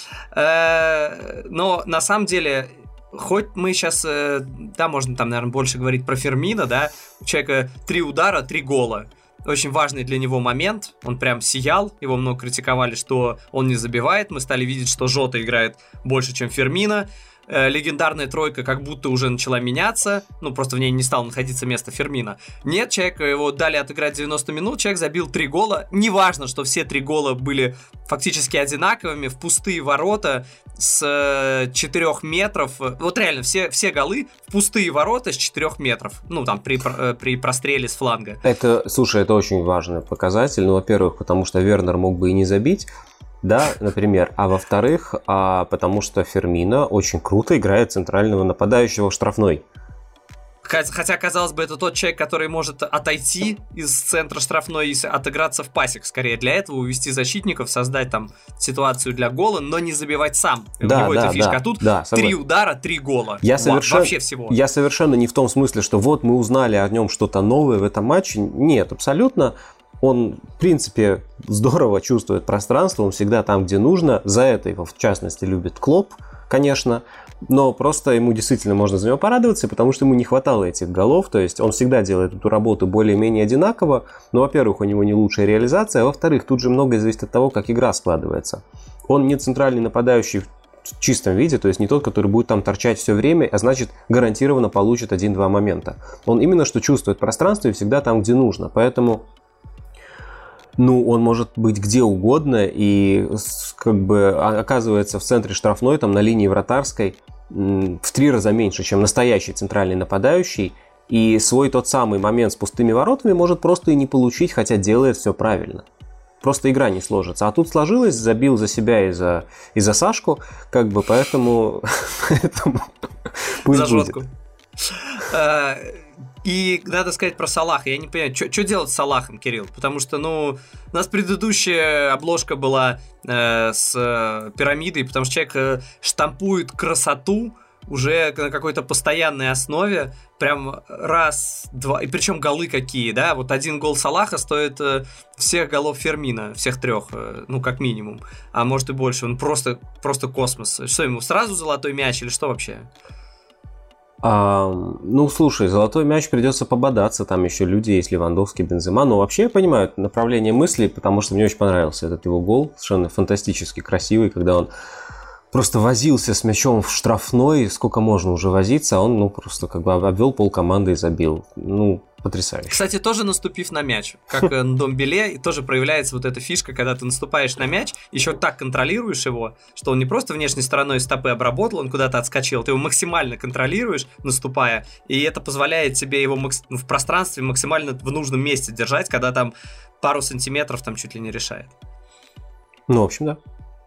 Но на самом деле, хоть мы сейчас, да, можно там, наверное, больше говорить про Фермино, да, у человека три удара, три гола. Очень важный для него момент, он прям сиял, его много критиковали, что он не забивает, мы стали видеть, что Жота играет больше, чем Фермино. Легендарная тройка как будто уже начала меняться, ну, просто в ней не стало находиться место Фермино. Нет, человек, его дали отыграть девяносто минут, человек забил три гола. Неважно, что все три гола были фактически одинаковыми, в пустые ворота с четырёх метров. Вот реально, все, все голы в пустые ворота с четырёх метров. Ну, там, при, при простреле с фланга. Это, слушай, это очень важный показатель. Ну, во-первых, потому что Вернер мог бы и не забить, да, например. А во-вторых, а, потому что Фермино очень круто играет центрального нападающего в штрафной. Хотя, казалось бы, это тот человек, который может отойти из центра штрафной и отыграться в пасик. Скорее для этого увести защитников, создать там ситуацию для гола, но не забивать сам. Да, У него да, эта фишка. да, а тут да, три удара, три гола. Я, Во- совершенно, вообще всего. я совершенно не в том смысле, что вот мы узнали о нем что-то новое в этом матче. Нет, абсолютно. Он, в принципе, здорово чувствует пространство, он всегда там, где нужно. За это его, в частности, любит Клопп, конечно. Но просто ему действительно можно за него порадоваться, потому что ему не хватало этих голов. То есть он всегда делает эту работу более-менее одинаково. Но, во-первых, у него не лучшая реализация, а во-вторых, тут же многое зависит от того, как игра складывается. Он не центральный нападающий в чистом виде, то есть не тот, который будет там торчать все время, а значит гарантированно получит один-два момента. Он именно что чувствует пространство и всегда там, где нужно. Поэтому... Ну, он может быть где угодно и как бы оказывается в центре штрафной, там на линии вратарской в три раза меньше, чем настоящий центральный нападающий. И свой тот самый момент с пустыми воротами может просто и не получить, хотя делает все правильно. Просто игра не сложится. А тут сложилось, забил за себя и за, и за Сашку, как бы, поэтому... За жестку. И надо сказать про Салаха. Я не понимаю, что делать с Салахом, Кирилл? Потому что, ну, у нас предыдущая обложка была э, с э, пирамидой, потому что человек э, штампует красоту уже на какой-то постоянной основе. Прям раз, два. И причем голы какие, да? Вот один гол Салаха стоит э, всех голов Фермино, всех трех, э, ну, как минимум. А может и больше. Он просто, просто космос. Что, ему сразу золотой мяч или что вообще? А, ну, слушай, золотой мяч придется пободаться, там еще люди есть, Левандовский, Бензема, но вообще я понимаю направление мысли, потому что мне очень понравился этот его гол, совершенно фантастически красивый, когда он просто возился с мячом в штрафной, сколько можно уже возиться, а он, ну, просто как бы обвел полкоманды и забил, ну, потрясающе. Кстати, тоже наступив на мяч, как Ндомбеле, тоже проявляется вот эта фишка, когда ты наступаешь на мяч, еще так контролируешь его, что он не просто внешней стороной стопы обработал, он куда-то отскочил, ты его максимально контролируешь, наступая, и это позволяет тебе его макс... в пространстве максимально в нужном месте держать, когда там пару сантиметров там чуть ли не решает. Ну, в общем, да.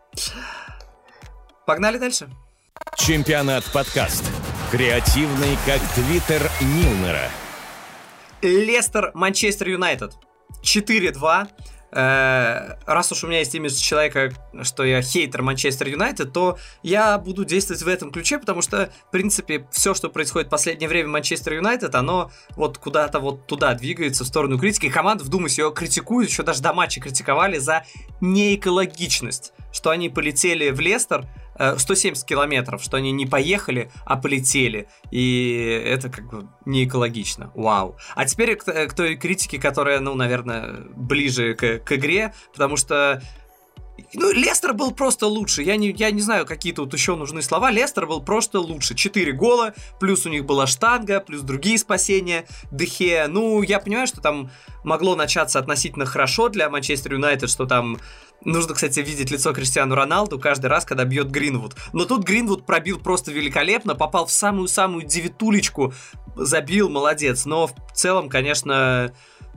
Погнали дальше. Чемпионат подкаст. Креативный, как твиттер Нилнера. Лестер, Манчестер Юнайтед. четыре два. Э, раз уж у меня есть имидж человека, что я хейтер Манчестер Юнайтед, то я буду действовать в этом ключе, потому что, в принципе, все, что происходит в последнее время в Манчестер Юнайтед, оно вот куда-то вот туда двигается, в сторону критики. И команда, вдумайся, ее критикуют, еще даже до матча критиковали за неэкологичность, что они полетели в Лестер сто семьдесят километров, что они не поехали, а полетели. И это как бы не экологично. Вау. А теперь к, к той критике, которая, ну, наверное, ближе к, к игре, потому что Ну, Лестер был просто лучше. Я не, я не знаю, какие тут еще нужны слова. Лестер был просто лучше. Четыре гола, плюс у них была штанга, плюс другие спасения. Дехе. Ну, я понимаю, что там могло начаться относительно хорошо для Манчестер Юнайтед, что там... Нужно, кстати, видеть лицо Криштиану Роналду каждый раз, когда бьет Гринвуд. Но тут Гринвуд пробил просто великолепно, попал в самую-самую девятулечку, забил, молодец. Но в целом, конечно...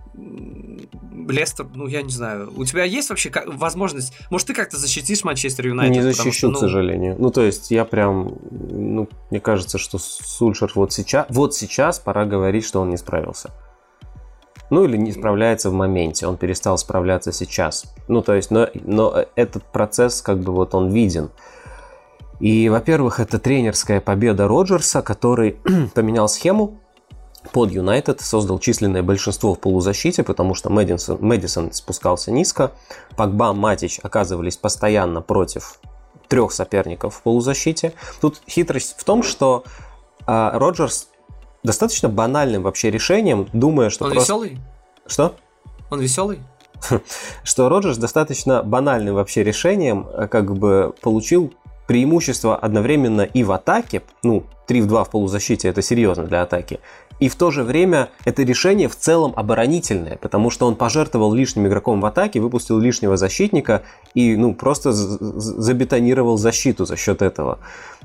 Лестер, ну, я не знаю. У тебя есть вообще возможность... Может, ты как-то защитишь Манчестер Юнайтед? Не защищу, что, ну... к сожалению. Ну, то есть, я прям... Ну, мне кажется, что Сульшер вот сейчас... Вот сейчас пора говорить, что он не справился. Ну, или не справляется в моменте. Он перестал справляться сейчас. Ну, то есть, но, но этот процесс, как бы, вот он виден. И, во-первых, это тренерская победа Роджерса, который поменял схему под Юнайтед, создал численное большинство в полузащите, потому что Мэдисон, Мэдисон спускался низко, Погба, Матич оказывались постоянно против трех соперников в полузащите. Тут хитрость в том, что э, Роджерс достаточно банальным вообще решением, думая, что Он просто... веселый? Что? Он веселый? Что Роджерс достаточно банальным вообще решением как бы получил преимущество одновременно и в атаке, ну, три в два в полузащите, это серьезно для атаки, и в то же время это решение в целом оборонительное, потому что он пожертвовал лишним игроком в атаке, выпустил лишнего защитника и, ну, просто забетонировал защиту за счет этого.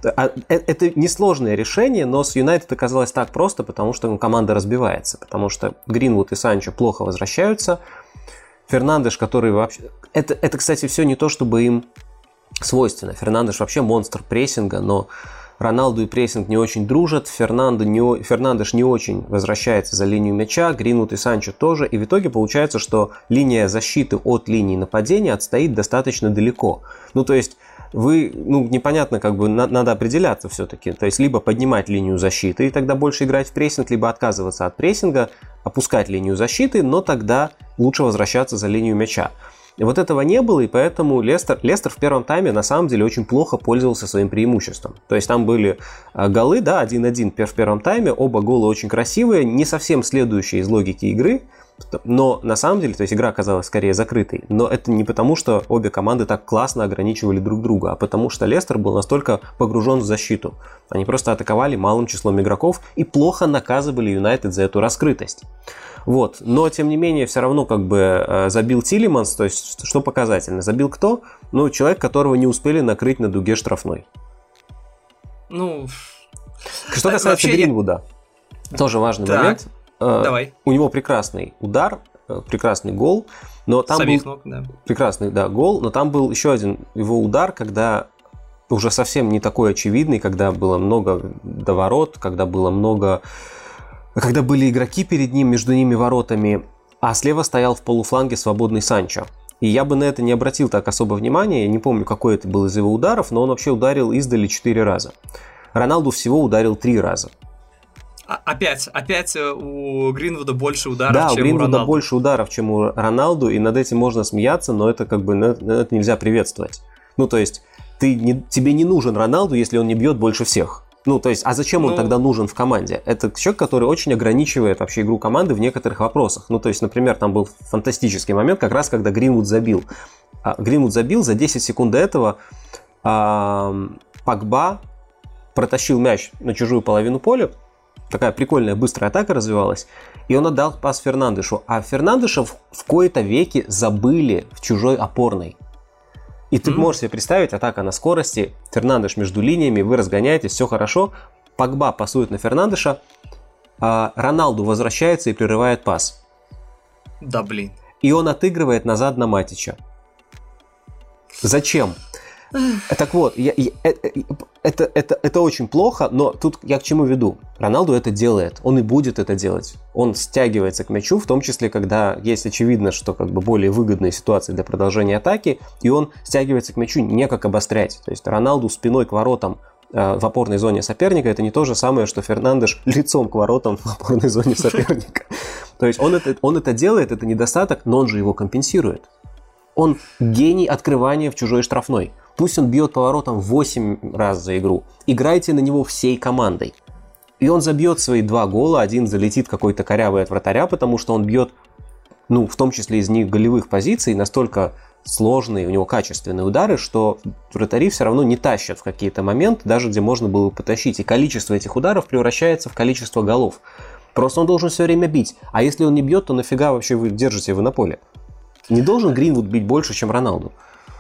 Это несложное решение, но с Юнайтед оказалось так просто, потому что, ну, команда разбивается, потому что Гринвуд и Санчо плохо возвращаются, Фернандеш, который вообще... Это, это, кстати, все не то, чтобы им свойственно. Фернандеш вообще монстр прессинга, но Роналду и прессинг не очень дружат, Фернандо не, Фернандеш не очень возвращается за линию мяча, Гринвуд и Санчо тоже, и в итоге получается, что линия защиты от линии нападения отстоит достаточно далеко. Ну, то есть, вы, ну, непонятно, как бы, на, надо определяться все-таки, то есть, либо поднимать линию защиты и тогда больше играть в прессинг, либо отказываться от прессинга, опускать линию защиты, но тогда лучше возвращаться за линию мяча. И вот этого не было, и поэтому Лестер, Лестер в первом тайме на самом деле очень плохо пользовался своим преимуществом. То есть там были голы, да, один-один в первом тайме, оба гола очень красивые, не совсем следующие из логики игры, но на самом деле, то есть игра оказалась скорее закрытой, но это не потому, что обе команды так классно ограничивали друг друга, а потому что Лестер был настолько погружен в защиту. Они просто атаковали малым числом игроков и плохо наказывали Юнайтед за эту раскрытость. Вот. Но, тем не менее, все равно как бы забил Тилеманс, то есть, что показательно. Забил кто? Ну, человек, которого не успели накрыть на дуге штрафной. Ну... Что касается вообще Гринвуда, я... тоже важный так, момент. Давай. У него прекрасный удар, прекрасный гол, но там С обеих был... ног, да. Прекрасный, да, гол, но там был еще один его удар, когда уже совсем не такой очевидный, когда было много доворот, когда было много... Когда были игроки перед ним, между ними воротами, а слева стоял в полуфланге свободный Санчо. И я бы на это не обратил так особо внимания, я не помню, какой это был из его ударов, но он вообще ударил издали четыре раза. Роналду всего ударил три раза. А, опять, опять у Гринвуда больше ударов, да, чем у Гринвуда Роналду. Да, у Гринвуда больше ударов, чем у Роналду, и над этим можно смеяться, но это как бы это нельзя приветствовать. Ну, то есть, ты не, тебе не нужен Роналду, если он не бьет больше всех. Ну, то есть, а зачем он ну... тогда нужен в команде? Это человек, который очень ограничивает вообще игру команды в некоторых вопросах. Ну, то есть, например, там был фантастический момент, как раз когда Гринвуд забил. А, Гринвуд забил, за десять секунд до этого а, Погба протащил мяч на чужую половину поля. Такая прикольная быстрая атака развивалась. И он отдал пас Фернандешу. А Фернандеша в, в кои-то веки забыли в чужой опорной. И ты mm-hmm. можешь себе представить, атака на скорости, Фернандеш между линиями, вы разгоняетесь, все хорошо. Погба пасует на Фернандеша, а Роналду возвращается и прерывает пас. Да блин. И он отыгрывает назад на Матича. Зачем? Так вот, я, я, это, это, это очень плохо, но тут я к чему веду? Роналду это делает, он и будет это делать. Он стягивается к мячу, в том числе, когда есть очевидно, что как бы более выгодные ситуации для продолжения атаки, и он стягивается к мячу не как обострять. То есть Роналду спиной к воротам э, в опорной зоне соперника, это не то же самое, что Фернандеш лицом к воротам в опорной зоне соперника. То есть он это, он это делает, это недостаток, но он же его компенсирует. Он гений открывания в чужой штрафной. Пусть он бьет по воротам восемь раз за игру. Играйте на него всей командой. И он забьет свои два гола. Один залетит какой-то корявый от вратаря, потому что он бьет, ну, в том числе из них голевых позиций, настолько сложные, у него качественные удары, что вратари все равно не тащат в какие-то моменты, даже где можно было потащить. И количество этих ударов превращается в количество голов. Просто он должен все время бить. А если он не бьет, то нафига вообще вы держите его на поле? Не должен Гринвуд бить больше, чем Роналду?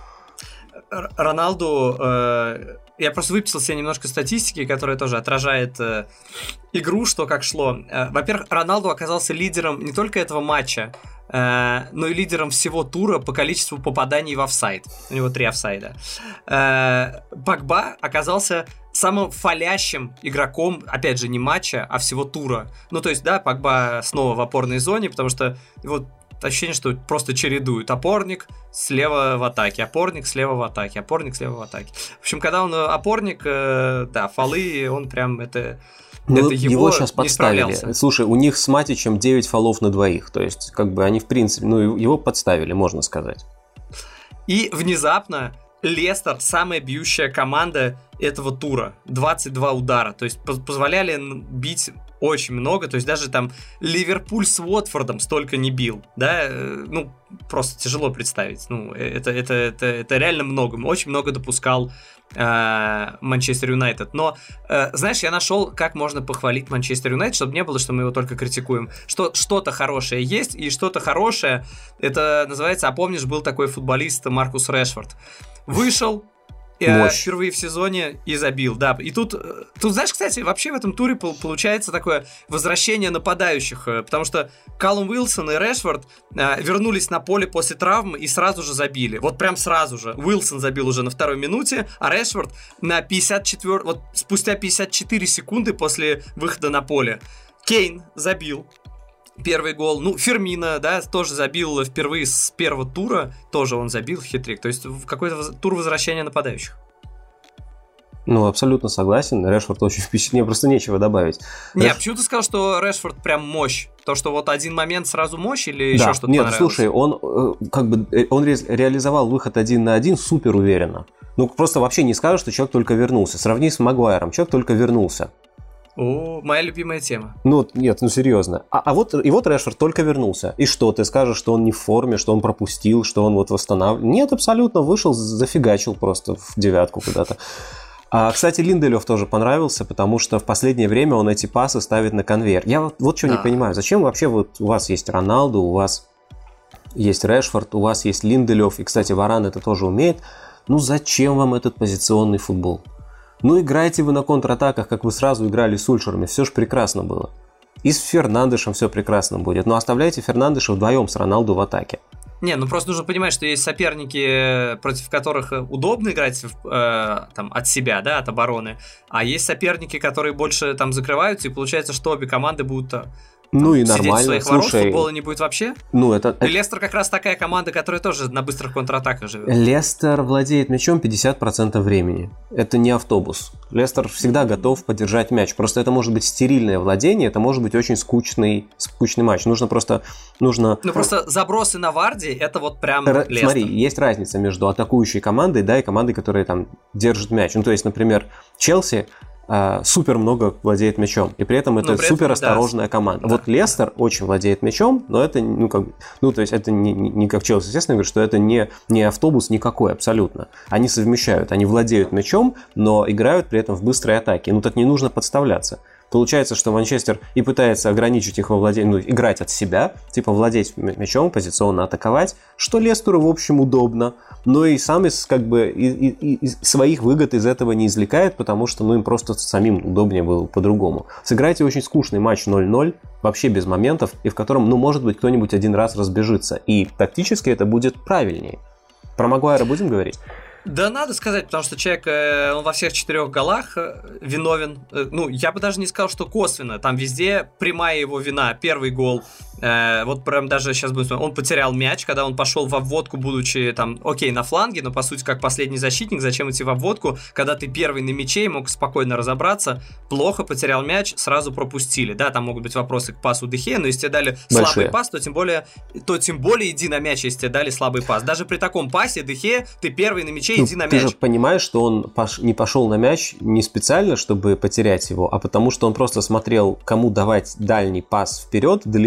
Роналду... Э, я просто выписал себе немножко статистики, которая тоже отражает э, игру, что как шло. Э, во-первых, Роналду оказался лидером не только этого матча, э, но и лидером всего тура по количеству попаданий в офсайд. У него три офсайда. Э, Погба оказался самым фалящим игроком, опять же, не матча, а всего тура. Ну, то есть, да, Погба снова в опорной зоне, потому что вот ощущение, что просто чередуют. Опорник слева в атаке, опорник слева в атаке, опорник слева в атаке. В общем, когда он опорник, э, да, фолы, он прям это... Ну, это его, его сейчас подставили. Слушай, у них с Матичем девять фолов на двоих. То есть, как бы они, в принципе, ну, его подставили, можно сказать. И внезапно Лестер самая бьющая команда этого тура. двадцать два удара. То есть, позволяли бить очень много. То есть, даже там Ливерпуль с Уотфордом столько не бил. Да, ну, просто тяжело представить. Ну, это, это, это, это реально много. Очень много допускал Манчестер Юнайтед. Но, э, знаешь, я нашел, как можно похвалить Манчестер Юнайтед, чтобы не было, что мы его только критикуем. Что, что-то хорошее есть, и что-то хорошее, это называется, а помнишь, был такой футболист Маркус Решфорд. Вышел э, впервые в сезоне и забил. Да. И тут, тут, знаешь, кстати, вообще в этом туре получается такое возвращение нападающих, потому что Каллум Уилсон и Решфорд э, вернулись на поле после травмы и сразу же забили. Вот прям сразу же. Уилсон забил уже на второй минуте, а Решфорд на пятьдесят четыре, вот спустя пятьдесят четыре секунды после выхода на поле. Кейн забил первый гол. Ну, Фермино, да, тоже забил впервые с первого тура. Тоже он забил хитрик. То есть в какой-то тур возвращения нападающих. Ну, абсолютно согласен. Решфорд очень впечатлен. Мне просто нечего добавить. Не, Реш... а почему ты сказал, что Решфорд прям мощь? То, что вот один момент сразу мощь или да. еще что-то Нет, понравилось? Слушай, он как бы он ре- реализовал выход один на один супер уверенно. Ну, просто вообще не скажешь, что человек только вернулся. Сравни с Магуайром. Человек только вернулся. О, моя любимая тема. Ну, нет, ну серьезно. А, а вот, и вот Решфорд только вернулся. И что, ты скажешь, что он не в форме, что он пропустил, что он вот восстанавливал? Нет, абсолютно, вышел, зафигачил просто в девятку куда-то. А, кстати, Линделёв тоже понравился, потому что в последнее время он эти пасы ставит на конвейер. Я вот, вот что да. не понимаю, зачем вообще вот у вас есть Роналду, у вас есть Решфорд, у вас есть Линделёв, и, кстати, Варан это тоже умеет. Ну, зачем вам этот позиционный футбол? Ну, играйте вы на контратаках, как вы сразу играли с Ульшерами, все же прекрасно было. И с Фернандешем все прекрасно будет, но оставляйте Фернандеша вдвоем с Роналду в атаке. Не, ну просто нужно понимать, что есть соперники, против которых удобно играть э, там, от себя, да, от обороны, а есть соперники, которые больше там закрываются, и получается, что обе команды будут... Там, ну и сидеть нормально, в своих слушай, ворот, футбола не будет вообще. Ну, это, и Лестер как раз такая команда, которая тоже на быстрых контратаках живет. Лестер владеет мячом пятьдесят процентов времени. Это не автобус. Лестер всегда готов поддержать мяч. Просто это может быть стерильное владение, это может быть очень скучный, скучный матч. Нужно просто... Нужно... Ну просто забросы на Варди, это вот прям Р- Лестер. Смотри, есть разница между атакующей командой, да, и командой, которая там держит мяч. Ну то есть, например, Челси супер много владеет мячом, и при этом это при супер этом, осторожная да. команда. Да. Вот Лестер очень владеет мячом, но это, ну, как, ну, то есть это не, не как Челси, естественно, говорю, что это не, не автобус никакой абсолютно. Они совмещают, они владеют мячом, но играют при этом в быстрой атаке. Ну, так не нужно подставляться. Получается, что Манчестер и пытается ограничить их во владении, ну, играть от себя, типа владеть мячом, позиционно атаковать, что Лестеру, в общем, удобно, но и сам из, как бы, и, и, и своих выгод из этого не извлекает, потому что, ну, им просто самим удобнее было по-другому. Сыграйте очень скучный матч ноль ноль, вообще без моментов, и в котором, ну, может быть, кто-нибудь один раз разбежится, и тактически это будет правильнее. Про Магуайра будем говорить? Да, надо сказать, потому что человек, он во всех четырех голах виновен. Ну, я бы даже не сказал, что косвенно. Там везде прямая его вина. Первый гол, э, вот прям даже сейчас будем смотреть, он потерял мяч, когда он пошел в обводку, будучи там, окей, на фланге, но по сути как последний защитник. Зачем идти в обводку, когда ты первый на мяче и мог спокойно разобраться? Плохо потерял мяч, сразу пропустили. Да, там могут быть вопросы к пасу Де Геа, но если тебе дали Большие. слабый пас, то тем более, то тем более иди на мяч, если тебе дали слабый пас. Даже при таком пасе Де Геа, ты первый на мяче, иди на мяч. Ты же понимаешь, что он пош... не пошел на мяч не специально, чтобы потерять его, а потому что он просто смотрел, кому давать дальний пас вперед, далеко,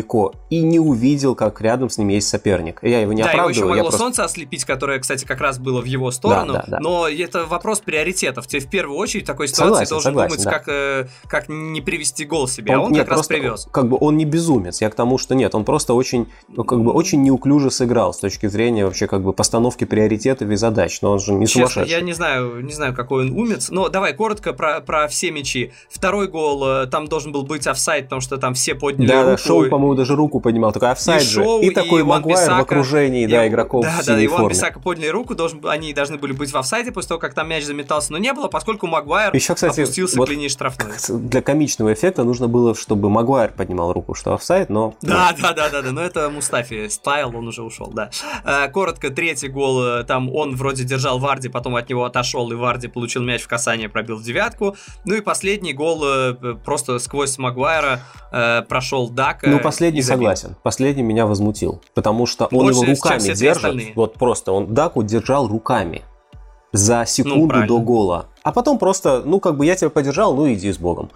и не увидел, как рядом с ним есть соперник. Я его не да, оправдываю. Да, его еще могло просто... солнце ослепить, которое, кстати, как раз было в его сторону, да, да, да. но это вопрос приоритетов. Ты в первую очередь в такой ситуации согласен, должен согласен, думать, да. как, э, как не привести гол себе, он, а он нет, как раз просто, привез. Как бы он не безумец, я к тому, что нет, он просто очень, ну, как бы очень неуклюже сыграл с точки зрения вообще как бы постановки приоритетов и задач, но он же не Честно, сумасшедший. я не знаю, не знаю, какой он умец, но давай коротко про, про все мячи. Второй гол, там должен был быть офсайд, потому что там все подняли да, руку. Да, Шоу, по-моему, даже руку поднимал, только офсайд и же. Шоу, и такой и Магуайр в окружении, и, да, игроков да, в синей да, Иван форме. Бисака подняли руку, должен, они должны были быть в офсайде после того, как там мяч заметался, но не было, поскольку Магуайр Еще, кстати, опустился вот к линии штрафной. Для комичного эффекта нужно было, чтобы Магуайр поднимал руку, что офсайд, но... Да, да, да, да, да, но это Мустафи стайл, он уже ушел, да. Коротко, третий гол, там он вроде держал Варди, потом от него отошел, и Варди получил мяч в касание, пробил в девятку. Ну и последний гол просто сквозь Магуайра прошел Дака. Ну, последний согласен. Последний меня возмутил, потому что он Больше, его руками держит. остальные. Вот просто он Даку держал руками за секунду ну, до гола. А потом просто, ну, как бы я тебя поддержал, ну, иди с Богом.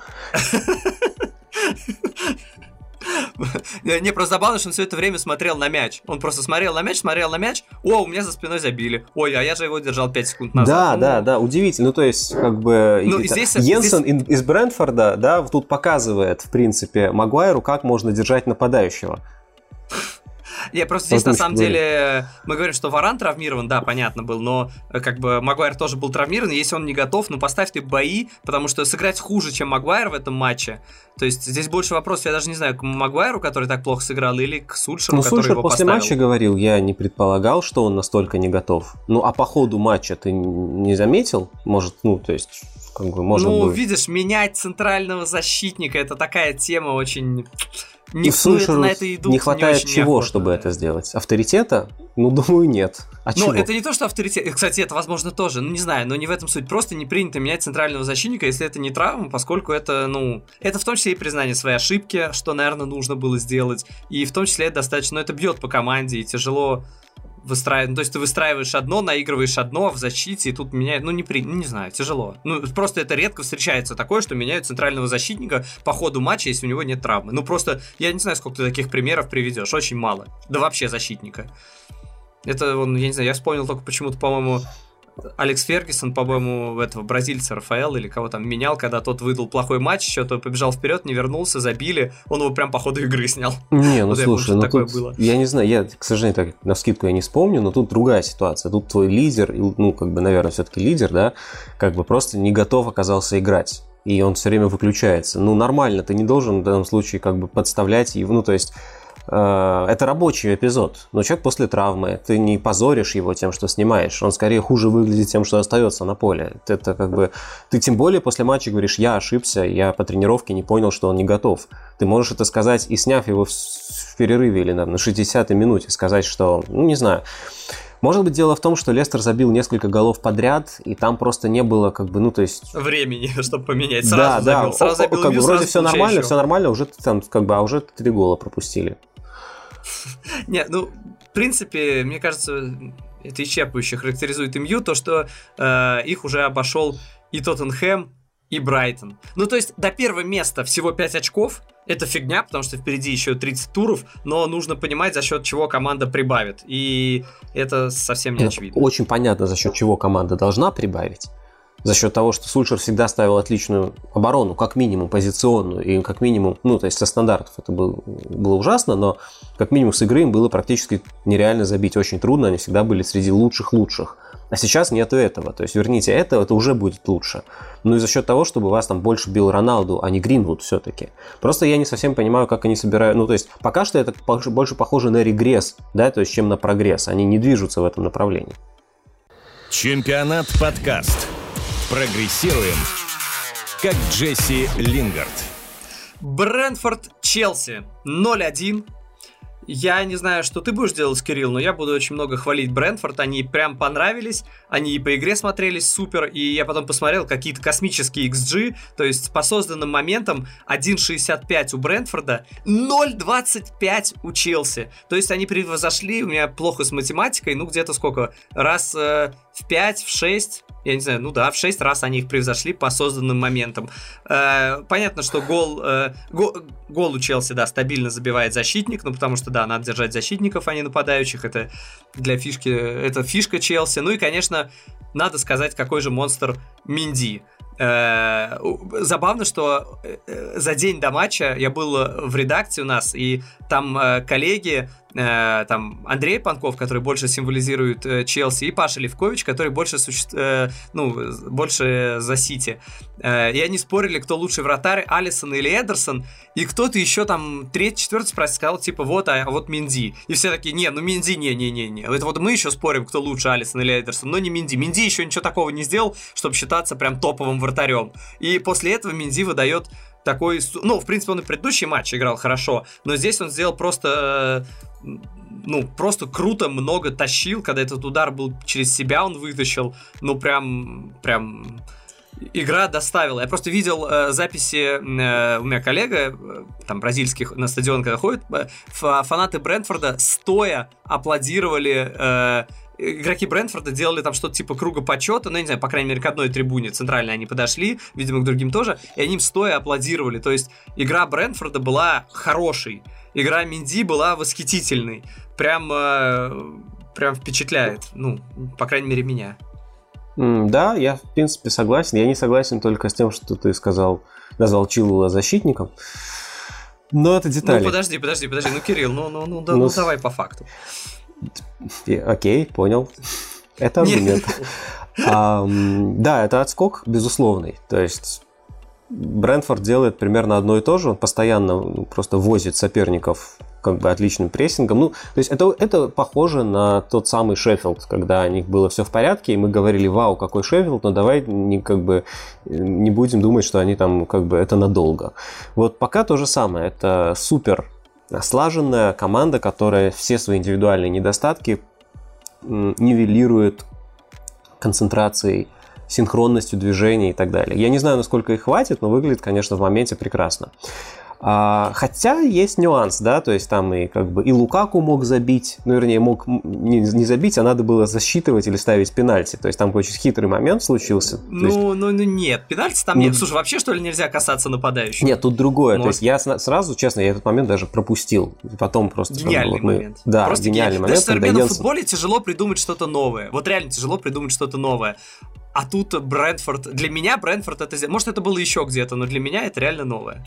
Не, просто забавно, что он все это время смотрел на мяч. Он просто смотрел на мяч, смотрел на мяч. О, у меня за спиной забили. Ой, а я же его держал пять секунд назад. Да, ну, да, да, удивительно. Ну, то есть, как бы... Ну, это... здесь, Йенсен здесь... из Брентфорда, да, тут показывает, в принципе, Магуайру, как можно держать нападающего. Не, просто здесь на самом деле мы говорим, что Варан травмирован, да, понятно был, но как бы Магуайр тоже был травмирован, если он не готов, ну поставь ты бои, потому что сыграть хуже, чем Магуайр в этом матче, то есть здесь больше вопросов, я даже не знаю, к Магуайру, который так плохо сыграл, или к Сульшеру, ну, который Сульшер его после поставил. матча говорил, я не предполагал, что он настолько не готов. Ну, а по ходу матча ты не заметил? Может, ну, то есть... Как бы можно ну, было... видишь, менять центрального защитника, это такая тема очень... Не, ну, это, на это идут не хватает не чего, неохотно, чтобы да. это сделать? Авторитета? Ну, думаю, нет. А ну, чего? это не то, что авторитет. Кстати, это, возможно, тоже. Ну, не знаю, но не в этом суть. Просто не принято менять центрального защитника, если это не травма, поскольку это, ну... Это в том числе и признание своей ошибки, что, наверное, нужно было сделать. И в том числе это достаточно... Ну, это бьет по команде, и тяжело... выстраивать, ну, то есть ты выстраиваешь одно, наигрываешь одно в защите, и тут меняют, ну, не, при... ну, не знаю, тяжело. Ну, просто это редко встречается такое, что меняют центрального защитника по ходу матча, если у него нет травмы. Ну, просто, я не знаю, сколько ты таких примеров приведешь, очень мало. Да вообще защитника. Это, он, я не знаю, я вспомнил только почему-то, по-моему, Алекс Фергюсон, по-моему, этого бразильца Рафаэл или кого там менял, когда тот выдал плохой матч, что-то побежал вперед, не вернулся, забили, он его прям по ходу игры снял. Не, ну вот слушай, ну тут, было. я не знаю, я, к сожалению, так навскидку я не вспомню, но тут другая ситуация. Тут твой лидер, ну, как бы, наверное, все-таки лидер, да, как бы просто не готов оказался играть. И он все время выключается. Ну, нормально, ты не должен в данном случае как бы подставлять его, ну, то есть... Это рабочий эпизод, но человек после травмы, ты не позоришь его тем, что снимаешь, он скорее хуже выглядит тем, что остается на поле. Это как бы, ты тем более после матча говоришь, я ошибся, я по тренировке не понял, что он не готов. Ты можешь это сказать и сняв его в, в перерыве или на шестидесятой минуте, сказать, что, ну не знаю. Может быть, дело в том, что Лестер забил несколько голов подряд, и там просто не было, как бы, ну, то есть... Времени, чтобы поменять. Сразу да, забил, да. сразу забил. Как бы, вроде все нормально, еще. все нормально, уже там, как бы, а уже три гола пропустили. Нет, ну, в принципе, мне кажется, это исчерпывающе характеризует эм ю, то, что э, их уже обошел и Тоттенхэм, и Брайтон. Ну, то есть, до первого места всего пять очков. Это фигня, потому что впереди еще тридцать туров, но нужно понимать, за счет чего команда прибавит. И это совсем не очевидно. Очень понятно, за счет чего команда должна прибавить. За счет того, что Сульшер всегда ставил отличную оборону, как минимум позиционную, и как минимум, ну, то есть со стандартов это было, было ужасно, но как минимум с игры им было практически нереально забить, очень трудно, они всегда были среди лучших-лучших. А сейчас нету этого, то есть верните это, это уже будет лучше. Ну и за счет того, чтобы вас там больше бил Роналду, а не Гринвуд все-таки. Просто я не совсем понимаю, как они собирают, ну то есть пока что это больше похоже на регресс, да, то есть чем на прогресс, они не движутся в этом направлении. Чемпионат подкаст. Прогрессируем, как Джесси Лингард. Брентфорд-Челси ноль один. Я не знаю, что ты будешь делать, Кирилл, но я буду очень много хвалить Брентфорд. Они прям понравились, они и по игре смотрелись супер, и я потом посмотрел какие-то космические икс джи, то есть по созданным моментам один шестьдесят пять у Брентфорда, ноль двадцать пять у Челси. То есть они превзошли, у меня плохо с математикой, ну где-то сколько, раз э, в в пять, в шесть, я не знаю, ну да, в шесть раз они их превзошли по созданным моментам. Э, понятно, что гол, э, гол, гол у Челси, да, стабильно забивает защитник, ну потому что, да, надо держать защитников, а не нападающих, это для фишки, это фишка Челси. Ну и, конечно, надо сказать, какой же монстр Менди. Забавно, что за день до матча я был в редакции у нас, и там коллеги, там Андрей Панков, который больше символизирует Челси, и Паша Левкович, который больше, суще... ну, больше за Сити. И они спорили, кто лучший вратарь, Алисон или Эдерсон, и кто-то еще там третий, четвертый спросил, сказал, типа, вот, а вот Менди. И все такие, не, ну Менди, не-не-не-не. Это вот мы еще спорим, кто лучше, Алисон или Эдерсон, но не Менди. Менди еще ничего такого не сделал, чтобы считаться прям топовым вратарем. И после этого Менди выдает такой... Ну, в принципе, он и в предыдущий матч играл хорошо, но здесь он сделал просто... Ну, просто круто, много тащил, когда этот удар был через себя, он вытащил. Ну, прям... Прям... Игра доставила. Я просто видел э, записи, э, у меня коллега, э, там, бразильских, на стадион, когда ходит, э, фанаты Брентфорда стоя аплодировали, э, игроки Брентфорда делали там что-то типа круга почета, ну, я не знаю, по крайней мере, к одной трибуне центральной они подошли, видимо, к другим тоже, и они им стоя аплодировали. То есть игра Брентфорда была хорошей, игра Менди была восхитительной. Прям, э, прям впечатляет, ну, по крайней мере, меня. Да, я в принципе согласен. Я не согласен только с тем, что ты сказал, назвал Чилуэлла защитником. Но это детали. Ну подожди, подожди, подожди. Ну, Кирилл, ну, ну, ну, да, ну, ну давай по факту. Окей, понял. Это аргумент. а, да, это отскок безусловный. То есть Брентфорд делает примерно одно и то же. Он постоянно ну, просто возит соперников как бы отличным прессингом. Ну, то есть это, это похоже на тот самый Шеффилд, когда у них было все в порядке, и мы говорили, вау, какой Шеффилд, но давай не, как бы, не будем думать, что они там как бы это надолго. Вот пока то же самое. Это супер слаженная команда, которая все свои индивидуальные недостатки нивелирует концентрацией, синхронностью движений и так далее. Я не знаю, насколько их хватит, но выглядит, конечно, в моменте прекрасно. А, хотя есть нюанс, да, то есть там и как бы и Лукаку мог забить, ну, вернее, мог не, не забить, а надо было засчитывать или ставить пенальти. То есть там очень хитрый момент случился. Ну, есть... ну, ну нет, пенальти там ну... нет. Слушай, вообще, что ли, нельзя касаться нападающего? Нет, тут другое. Но... То есть я сразу, честно, я этот момент даже пропустил. Потом просто... Гениальный как бы, вот, момент. Мы... Да, просто гениальный ген... момент. Даже современном Йенсен... футболе тяжело придумать что-то новое. Вот реально тяжело придумать что-то новое. А тут Брентфорд... Для меня Брентфорд это... Может, это было еще где-то, но для меня это реально новое.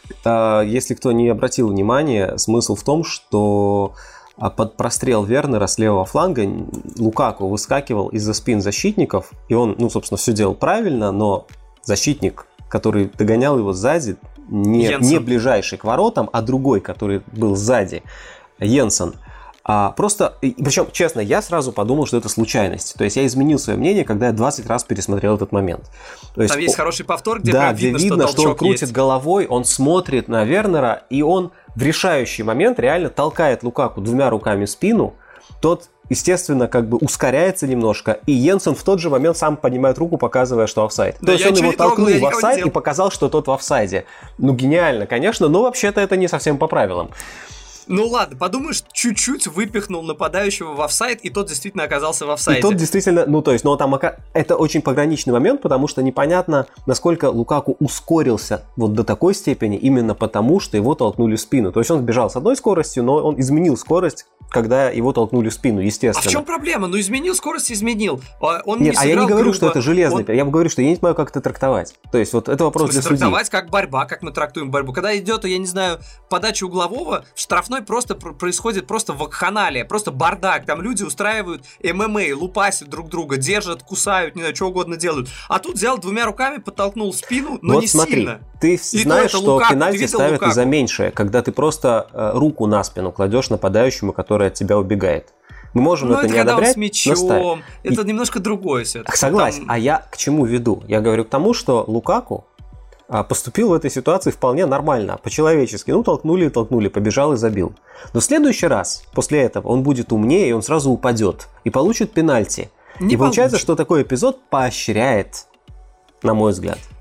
Если кто не обратил внимания, смысл в том, что под прострел Вернера с левого фланга Лукаку выскакивал из-за спин защитников, и он, ну, собственно, все делал правильно, но защитник, который догонял его сзади, не, не ближайший к воротам, а другой, который был сзади, Йенсен, А, просто, причем, честно, я сразу подумал, что это случайность. То есть я изменил свое мнение, когда я двадцать раз пересмотрел этот момент. То есть, там есть о... хороший повтор, где да, прям видно, где видно, что, что он крутит есть. головой, он смотрит на Вернера, и он в решающий момент реально толкает Лукаку двумя руками в спину. Тот, естественно, как бы ускоряется немножко, и Йенсен в тот же момент сам поднимает руку, показывая, что офсайд. Да, То есть он его толкнул трогал, в офсайд и показал, что тот в офсайде. Ну, гениально, конечно, но вообще-то это не совсем по правилам. Ну ладно, подумаешь, чуть-чуть выпихнул нападающего в офсайд, и тот действительно оказался в офсайде. И тот действительно, ну то есть, но там это очень пограничный момент, потому что непонятно, насколько Лукаку ускорился вот до такой степени, именно потому, что его толкнули в спину. То есть он сбежал с одной скоростью, но он изменил скорость, когда его толкнули в спину, естественно. А в чем проблема? Ну изменил скорость, изменил. Он Нет, не а я не говорю, грубо. что это железный. Он... Я говорю, что я не понимаю, как это трактовать. То есть вот это вопрос в смысле, для судьи. Трактовать как борьба, как мы трактуем борьбу. Когда идет, я не знаю, подача углового, в штрафной просто происходит просто вакханалия, просто бардак. Там люди устраивают эм эм а, лупасят друг друга, держат, кусают, не знаю, что угодно делают. А тут взял двумя руками, подтолкнул в спину, но вот не смотри, сильно. Ты и знаешь, что Лукаку, пенальти ставят Лукаку. за меньшее, когда ты просто э, руку на спину кладешь нападающему, который от тебя убегает. Мы можем ну, это, это не когда одобрять, он с мячом. Это и... немножко другое все-таки. Согласен. Там... А я к чему веду? Я говорю к тому, что Лукаку а, поступил в этой ситуации вполне нормально, по-человечески. Ну, толкнули и толкнули, побежал и забил. Но в следующий раз, после этого, он будет умнее, и он сразу упадет. И получит пенальти. Не и получается, получит. Что такой эпизод поощряет, на мой взгляд.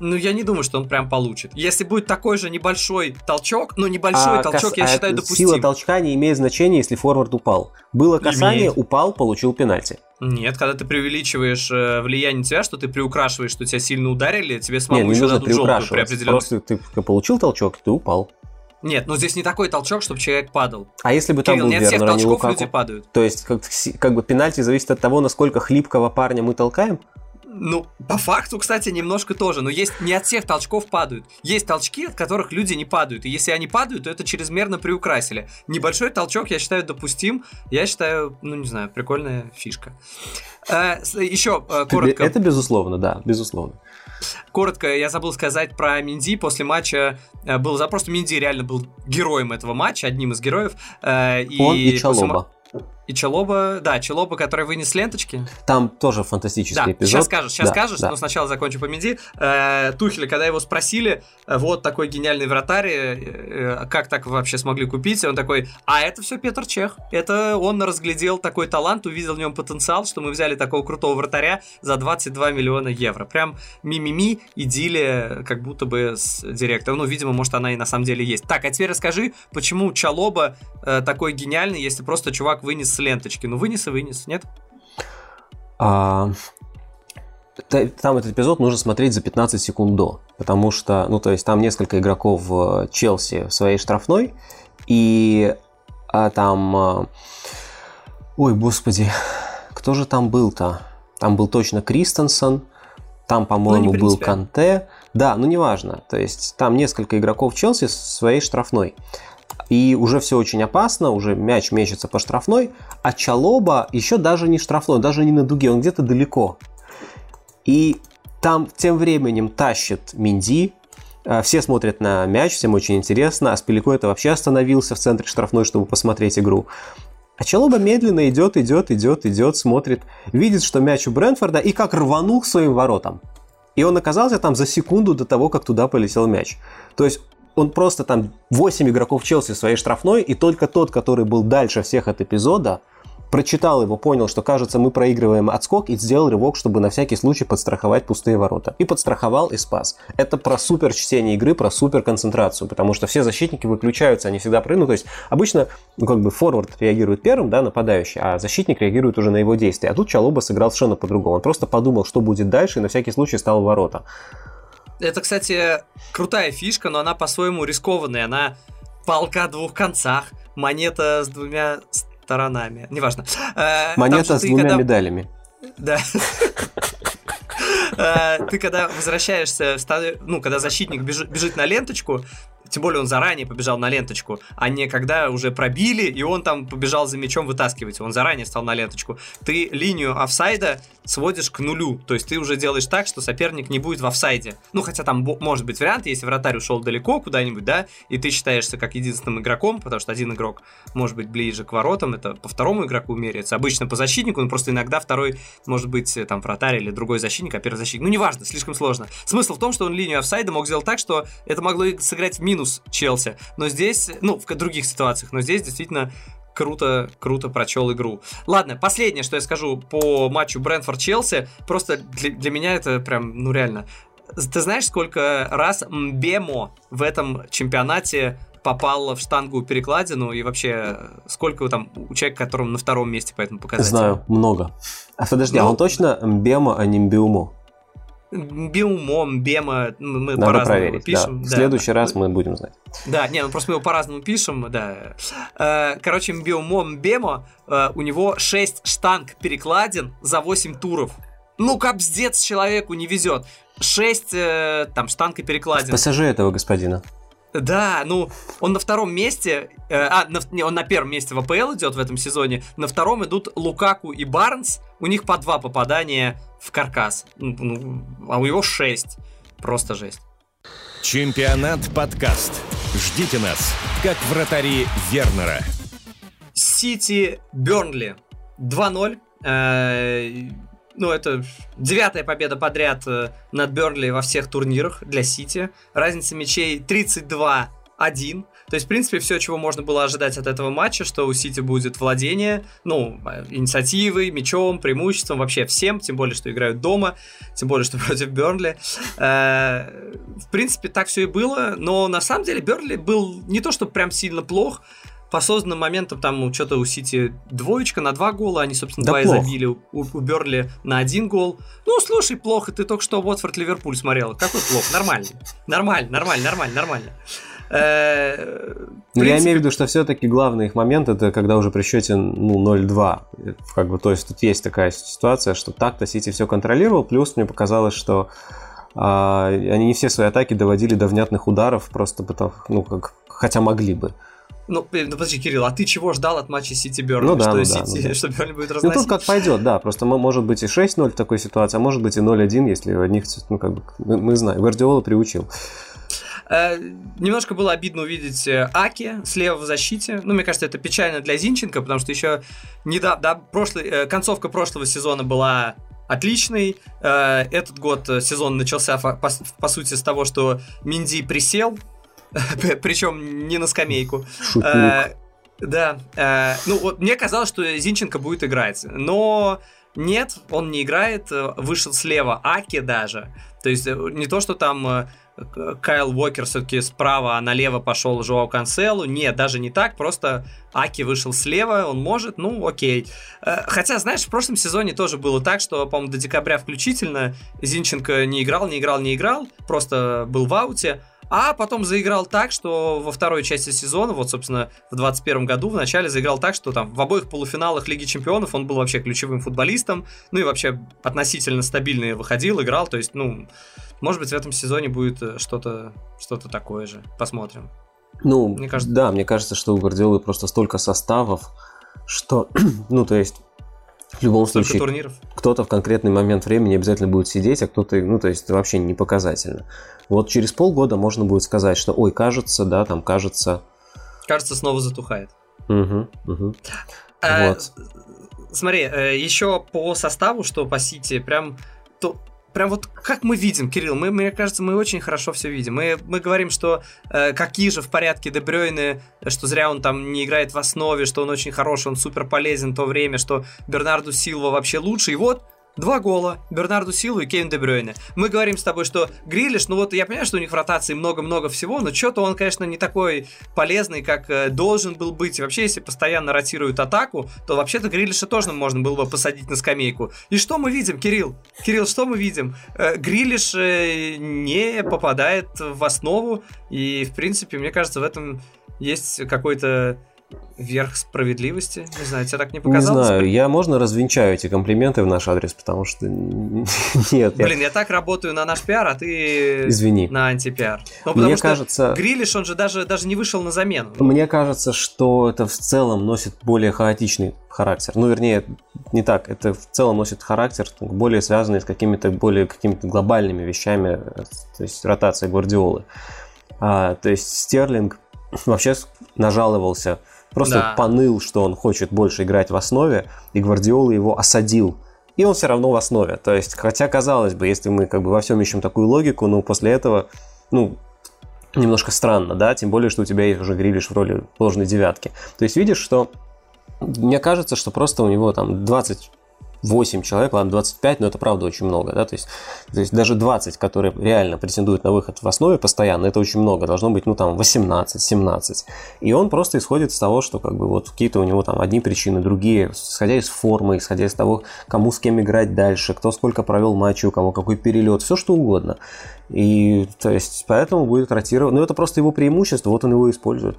Ну, я не думаю, что он прям получит. Если будет такой же небольшой толчок, ну, небольшой а толчок, кас... я а считаю, допустим. Сила толчка не имеет значения, если форвард упал. Было касание, Имеет. упал, получил пенальти. Нет, когда ты преувеличиваешь э, влияние тебя, что ты приукрашиваешь, что тебя сильно ударили, тебе самому Нет, не еще нужно дадут желтую при приукрашивать. определенных... Просто ты получил толчок, ты упал. Нет, ну здесь не такой толчок, чтобы человек падал. А если бы там Кирилл, был не от всех Вернер, а не толчков Лукаку? люди падают. То есть, как, как бы пенальти зависит от того, насколько хлипкого парня мы толкаем? Ну, по факту, кстати, немножко тоже. Но есть не от всех толчков падают. Есть толчки, от которых люди не падают. И если они падают, то это чрезмерно приукрасили. Небольшой толчок, я считаю, допустим. Я считаю, ну, не знаю, прикольная фишка. Э, еще э, коротко. Это безусловно, да, безусловно. Коротко, я забыл сказать про Менди. После матча был запрос. Просто Менди реально был героем этого матча, одним из героев. Э, и Он и Чалоба. И Чалоба, да, Чалоба, который вынес ленточки. Там тоже фантастический да, эпизод. сейчас скажешь, сейчас да, скажешь, да. но сначала закончу по Менди. Э, Тухеля, когда его спросили, вот такой гениальный вратарь, э, как так вообще смогли купить, он такой, а это все Петр Чех. Это он разглядел такой талант, увидел в нем потенциал, что мы взяли такого крутого вратаря за двадцать два миллиона евро. Прям ми-ми-ми, идиллия, как будто бы с директором. Ну, видимо, может, она и на самом деле есть. Так, а теперь расскажи, почему Чалоба э, такой гениальный, если просто чувак вынес с ленточки? Ну, вынес и вынес, нет? А, там этот эпизод нужно смотреть за пятнадцать секунд до, потому что, ну, то есть там несколько игроков в Челси в своей штрафной, и а, там... А, ой, господи, кто же там был-то? Там был точно Кристенсен, там, по-моему, ну, был Канте. Да, ну, неважно. То есть там несколько игроков Челси в своей штрафной. И уже все очень опасно, уже мяч мечется по штрафной, а Чалоба еще даже не штрафной, даже не на дуге, он где-то далеко. И там тем временем тащит Менди, все смотрят на мяч, всем очень интересно, а Аспиликуэта вообще остановился в центре штрафной, чтобы посмотреть игру. А Чалоба медленно идет, идет, идет, идет, смотрит, видит, что мяч у Брентфорда, и как рванул к своим воротам. И он оказался там за секунду до того, как туда полетел мяч. То есть он просто там восемь игроков Челси в своей штрафной, и только тот, который был дальше всех от эпизода, прочитал его, понял, что, кажется, мы проигрываем отскок, и сделал рывок, чтобы на всякий случай подстраховать пустые ворота. И подстраховал, и спас. Это про супер чтение игры, про супер концентрацию, потому что все защитники выключаются, они всегда прыгнут. То есть обычно, ну, как бы форвард реагирует первым, да, нападающий, а защитник реагирует уже на его действия. А тут Чалоба сыграл совершенно по-другому. Он просто подумал, что будет дальше, и на всякий случай стал в ворота. Это, кстати, крутая фишка, но она по-своему рискованная. Она палка о двух концах, монета с двумя сторонами. Неважно. Монета с двумя когда... медалями. Да. Ты когда возвращаешься, ну, когда защитник бежит на ленточку, тем более он заранее побежал на ленточку, а не когда уже пробили, и он там побежал за мячом вытаскивать. Он заранее встал на ленточку. Ты линию офсайда сводишь к нулю. То есть ты уже делаешь так, что соперник не будет в офсайде. Ну, хотя там может быть вариант, если вратарь ушел далеко куда-нибудь, да, и ты считаешься как единственным игроком, потому что один игрок может быть ближе к воротам, это по второму игроку меряется. Обычно по защитнику, но просто иногда второй может быть там вратарь или другой защитник, а первый защитник. Ну, неважно, слишком сложно. Смысл в том, что он линию офсайда мог сделать так, что это могло сыграть в минус Челси. Но здесь, ну, в других ситуациях, но здесь действительно круто, круто прочел игру. Ладно, последнее, что я скажу по матчу Брентфорд-Челси, просто для, для меня это прям, ну, реально. Ты знаешь, сколько раз Мбемо в этом чемпионате попал в штангу перекладину, и вообще сколько там у человека, которому на втором месте по этому показателю? Знаю, много. А подожди, ну, а он точно Мбемо, а не Мбиумо? Мбиумо, Мбема, мы Надо по-разному проверить, пишем. Да. Да. В следующий раз мы будем знать. Да, не, ну просто мы его по-разному пишем, да. Короче, Мбиумо, Мбема, у него шесть штанг перекладин за восемь туров. Ну, капздец, человеку не везет. шесть там штанг и перекладин. Пассажир этого господина. Да, ну, он на втором месте, э, а, на, не, он на первом месте в АПЛ идет в этом сезоне, на втором идут Лукаку и Барнс, у них по два попадания в каркас, ну, а у него шесть, просто жесть. Чемпионат подкаст. Ждите нас, как вратари Вернера. Сити Бернли два ноль. Э, ну, это девятая победа подряд над Бернли во всех турнирах для Сити. Разница мячей тридцать два один. То есть, в принципе, все, чего можно было ожидать от этого матча, что у Сити будет владение, ну, инициативой, мячом, преимуществом, вообще всем, тем более, что играют дома, тем более, что против Бернли. В принципе, так все и было, но на самом деле Бернли был не то, что прям сильно плох. По созданным моментам там что-то у Сити двоечка на два гола, они, собственно, да два плох. И забили, у, у Бернли на один гол. Ну, слушай, плохо, ты только что Уотфорд-Ливерпуль смотрел. Какой плохо? Нормально. Нормально, нормально, нормально, нормально. Ну, я имею в виду, что все-таки главный их момент это когда уже при счете ну, ноль-два. Как бы, то есть тут есть такая ситуация, что так-то Сити все контролировал, плюс мне показалось, что а, они не все свои атаки доводили до внятных ударов, просто потому, ну, как, хотя могли бы. Ну, ну, подожди, Кирилл, а ты чего ждал от матча Сити-Бернли? Ну, да, что, ну, Сити, да, ну, да. что Бернли будет разносить? Ну, тут как пойдет, да. Просто может быть и шесть ноль в такой ситуации, а может быть и ноль-один, если у одних, ну, как бы, мы, мы знаем. Гвардиола приучил. Э, немножко было обидно увидеть Аки слева в защите. Ну, мне кажется, это печально для Зинченко, потому что еще недавно, да, прошлый, э, концовка прошлого сезона была отличной. Э, этот год сезон начался, по, по, по сути, с того, что Минди присел, причем не на скамейку. Э, да. Э, ну, вот мне казалось, что Зинченко будет играть, но нет, он не играет. Вышел слева Аки даже. То есть не то, что там Кайл Уокер все-таки справа, а налево пошел Жоау Канселу. Нет, даже не так, просто Аки вышел слева, он может, ну окей. Хотя, знаешь, в прошлом сезоне тоже было так, что, по-моему, до декабря включительно Зинченко не играл, не играл, не играл, просто был в ауте. А потом заиграл так, что во второй части сезона, вот, собственно, в двадцать первом году в начале заиграл так, что там в обоих полуфиналах Лиги Чемпионов он был вообще ключевым футболистом, ну и вообще относительно стабильно выходил, играл, то есть, ну, может быть, в этом сезоне будет что-то, что-то такое же. Посмотрим. Ну, мне кажется... да, мне кажется, что у Гвардиолы просто столько составов, что, ну, то есть, в любом Столько случае, турниров. Кто-то в конкретный момент времени обязательно будет сидеть, а кто-то, ну, то есть, это вообще не показательно. Вот через полгода можно будет сказать, что, ой, кажется, да, там, кажется... Кажется, снова затухает. Угу, угу. А, вот. Смотри, еще по составу, что по Сити, прям... То... Прям вот как мы видим, Кирилл, мы, мне кажется, мы очень хорошо все видим. Мы, мы говорим, что э, какие же в порядке Де Брюйне, что зря он там не играет в основе, что он очень хороший, он супер полезен в то время, что Бернарду Силва вообще лучше. И вот два гола Бернарду Силву и Кевин Де Брюйне. Мы говорим с тобой, что Грилиш, ну вот я понимаю, что у них в ротации много-много всего, но что-то он, конечно, не такой полезный, как э, должен был быть. И вообще, если постоянно ротируют атаку, то вообще-то Грилиша тоже можно было бы посадить на скамейку. И что мы видим, Кирилл? Кирилл, что мы видим? Э, Грилиш э, не попадает в основу, и, в принципе, мне кажется, в этом есть какой-то верх справедливости. Не знаю, тебе так не показалось? Не знаю, я можно развенчаю эти комплименты в наш адрес, потому что нет. Блин, я... я так работаю на наш пиар, а ты Извини. На антипиар. Ну, потому Мне что кажется... Грилиш, он же даже, даже не вышел на замену. Мне кажется, что это в целом носит более хаотичный характер. Ну, вернее, не так. Это в целом носит характер, более связанный с какими-то более какими-то глобальными вещами, то есть ротация Гвардиолы. А, то есть Стерлинг вообще нажаловался, просто да. поныл, что он хочет больше играть в основе, и Гвардиола его осадил. И он все равно в основе. То есть, хотя, казалось бы, если мы как бы во всем ищем такую логику, ну, после этого, ну, немножко странно, да, тем более, что у тебя есть уже Грилиш в роли ложной девятки. То есть, видишь, что мне кажется, что просто у него там двадцать восемь человек, ладно, двадцать пять, но это правда очень много, да, то есть, то есть даже двадцать, которые реально претендуют на выход в основе постоянно, это очень много, должно быть, ну, там, восемнадцать-семнадцать, и он просто исходит из того, что, как бы, вот какие-то у него там одни причины, другие, исходя из формы, исходя из того, кому с кем играть дальше, кто сколько провел матчей, у кого какой перелет, все что угодно, и, то есть, поэтому будет ротировать, ну, это просто его преимущество, вот он его использует.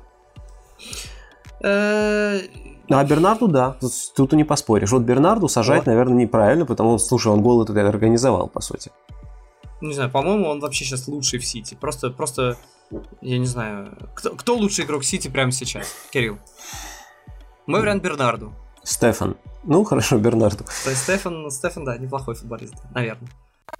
А Бернарду, да, тут, тут и не поспоришь. Вот Бернарду сажать, вот. Наверное, неправильно, потому что, слушай, он гол этот организовал, по сути. Не знаю, по-моему, он вообще сейчас лучший в Сити. Просто, просто, я не знаю, кто, кто лучший игрок Сити прямо сейчас, Кирилл? Мой вариант Бернарду. Стефан. Ну, хорошо, Бернарду. То есть Стефан, Стефан, да, неплохой футболист, наверное.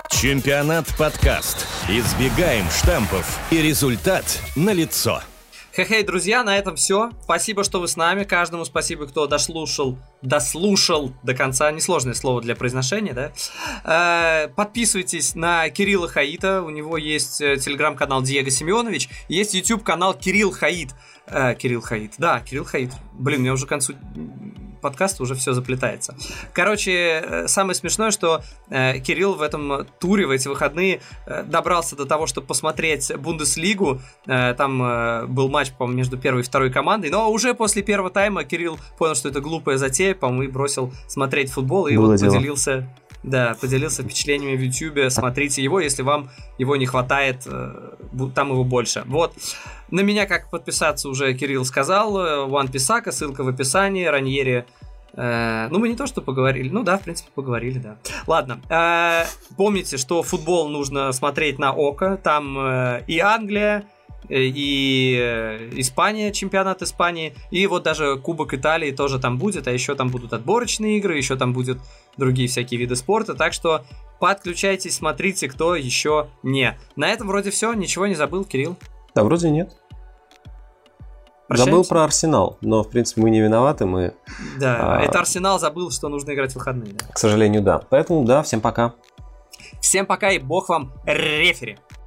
Чемпионат подкаст. Избегаем штампов, и результат налицо. Хе-хей, друзья, на этом все. Спасибо, что вы с нами. Каждому спасибо, кто дослушал, дослушал до конца. Несложное слово для произношения, да? Э, подписывайтесь на Кирилла Хаита. У него есть телеграм-канал Диего Семенович. Есть YouTube-канал Кирилл Хаит. Э, Кирилл Хаит. Да, Кирилл Хаит. Блин, у меня уже к концу подкаста уже все заплетается. Короче, самое смешное, что э, Кирилл в этом туре, в эти выходные э, добрался до того, чтобы посмотреть Бундеслигу. Э, там э, был матч, по-моему, между первой и второй командой. Но уже после первого тайма Кирилл понял, что это глупая затея, по-моему, и бросил смотреть футбол. И Было вот дело. поделился, да, поделился впечатлениями в Ютубе. Смотрите его, если вам его не хватает, э, там его больше. Вот. На меня, как подписаться, уже Кирилл сказал. One Писака, ссылка в описании. Раньери. Э, ну, мы не то, что поговорили. Ну да, в принципе, поговорили, да. Ладно. Э, помните, что футбол нужно смотреть на око. Там э, и Англия, и э, Испания, чемпионат Испании. И вот даже Кубок Италии тоже там будет. А еще там будут отборочные игры. Еще там будут другие всякие виды спорта. Так что подключайтесь, смотрите, кто еще не. На этом вроде все. Ничего не забыл, Кирилл? Да, вроде нет. Прощаемся? Забыл про Арсенал, но, в принципе, мы не виноваты, мы... Да, а... это Арсенал забыл, что нужно играть в выходные. Да. К сожалению, да. Поэтому, да, всем пока. Всем пока и бог вам рефери.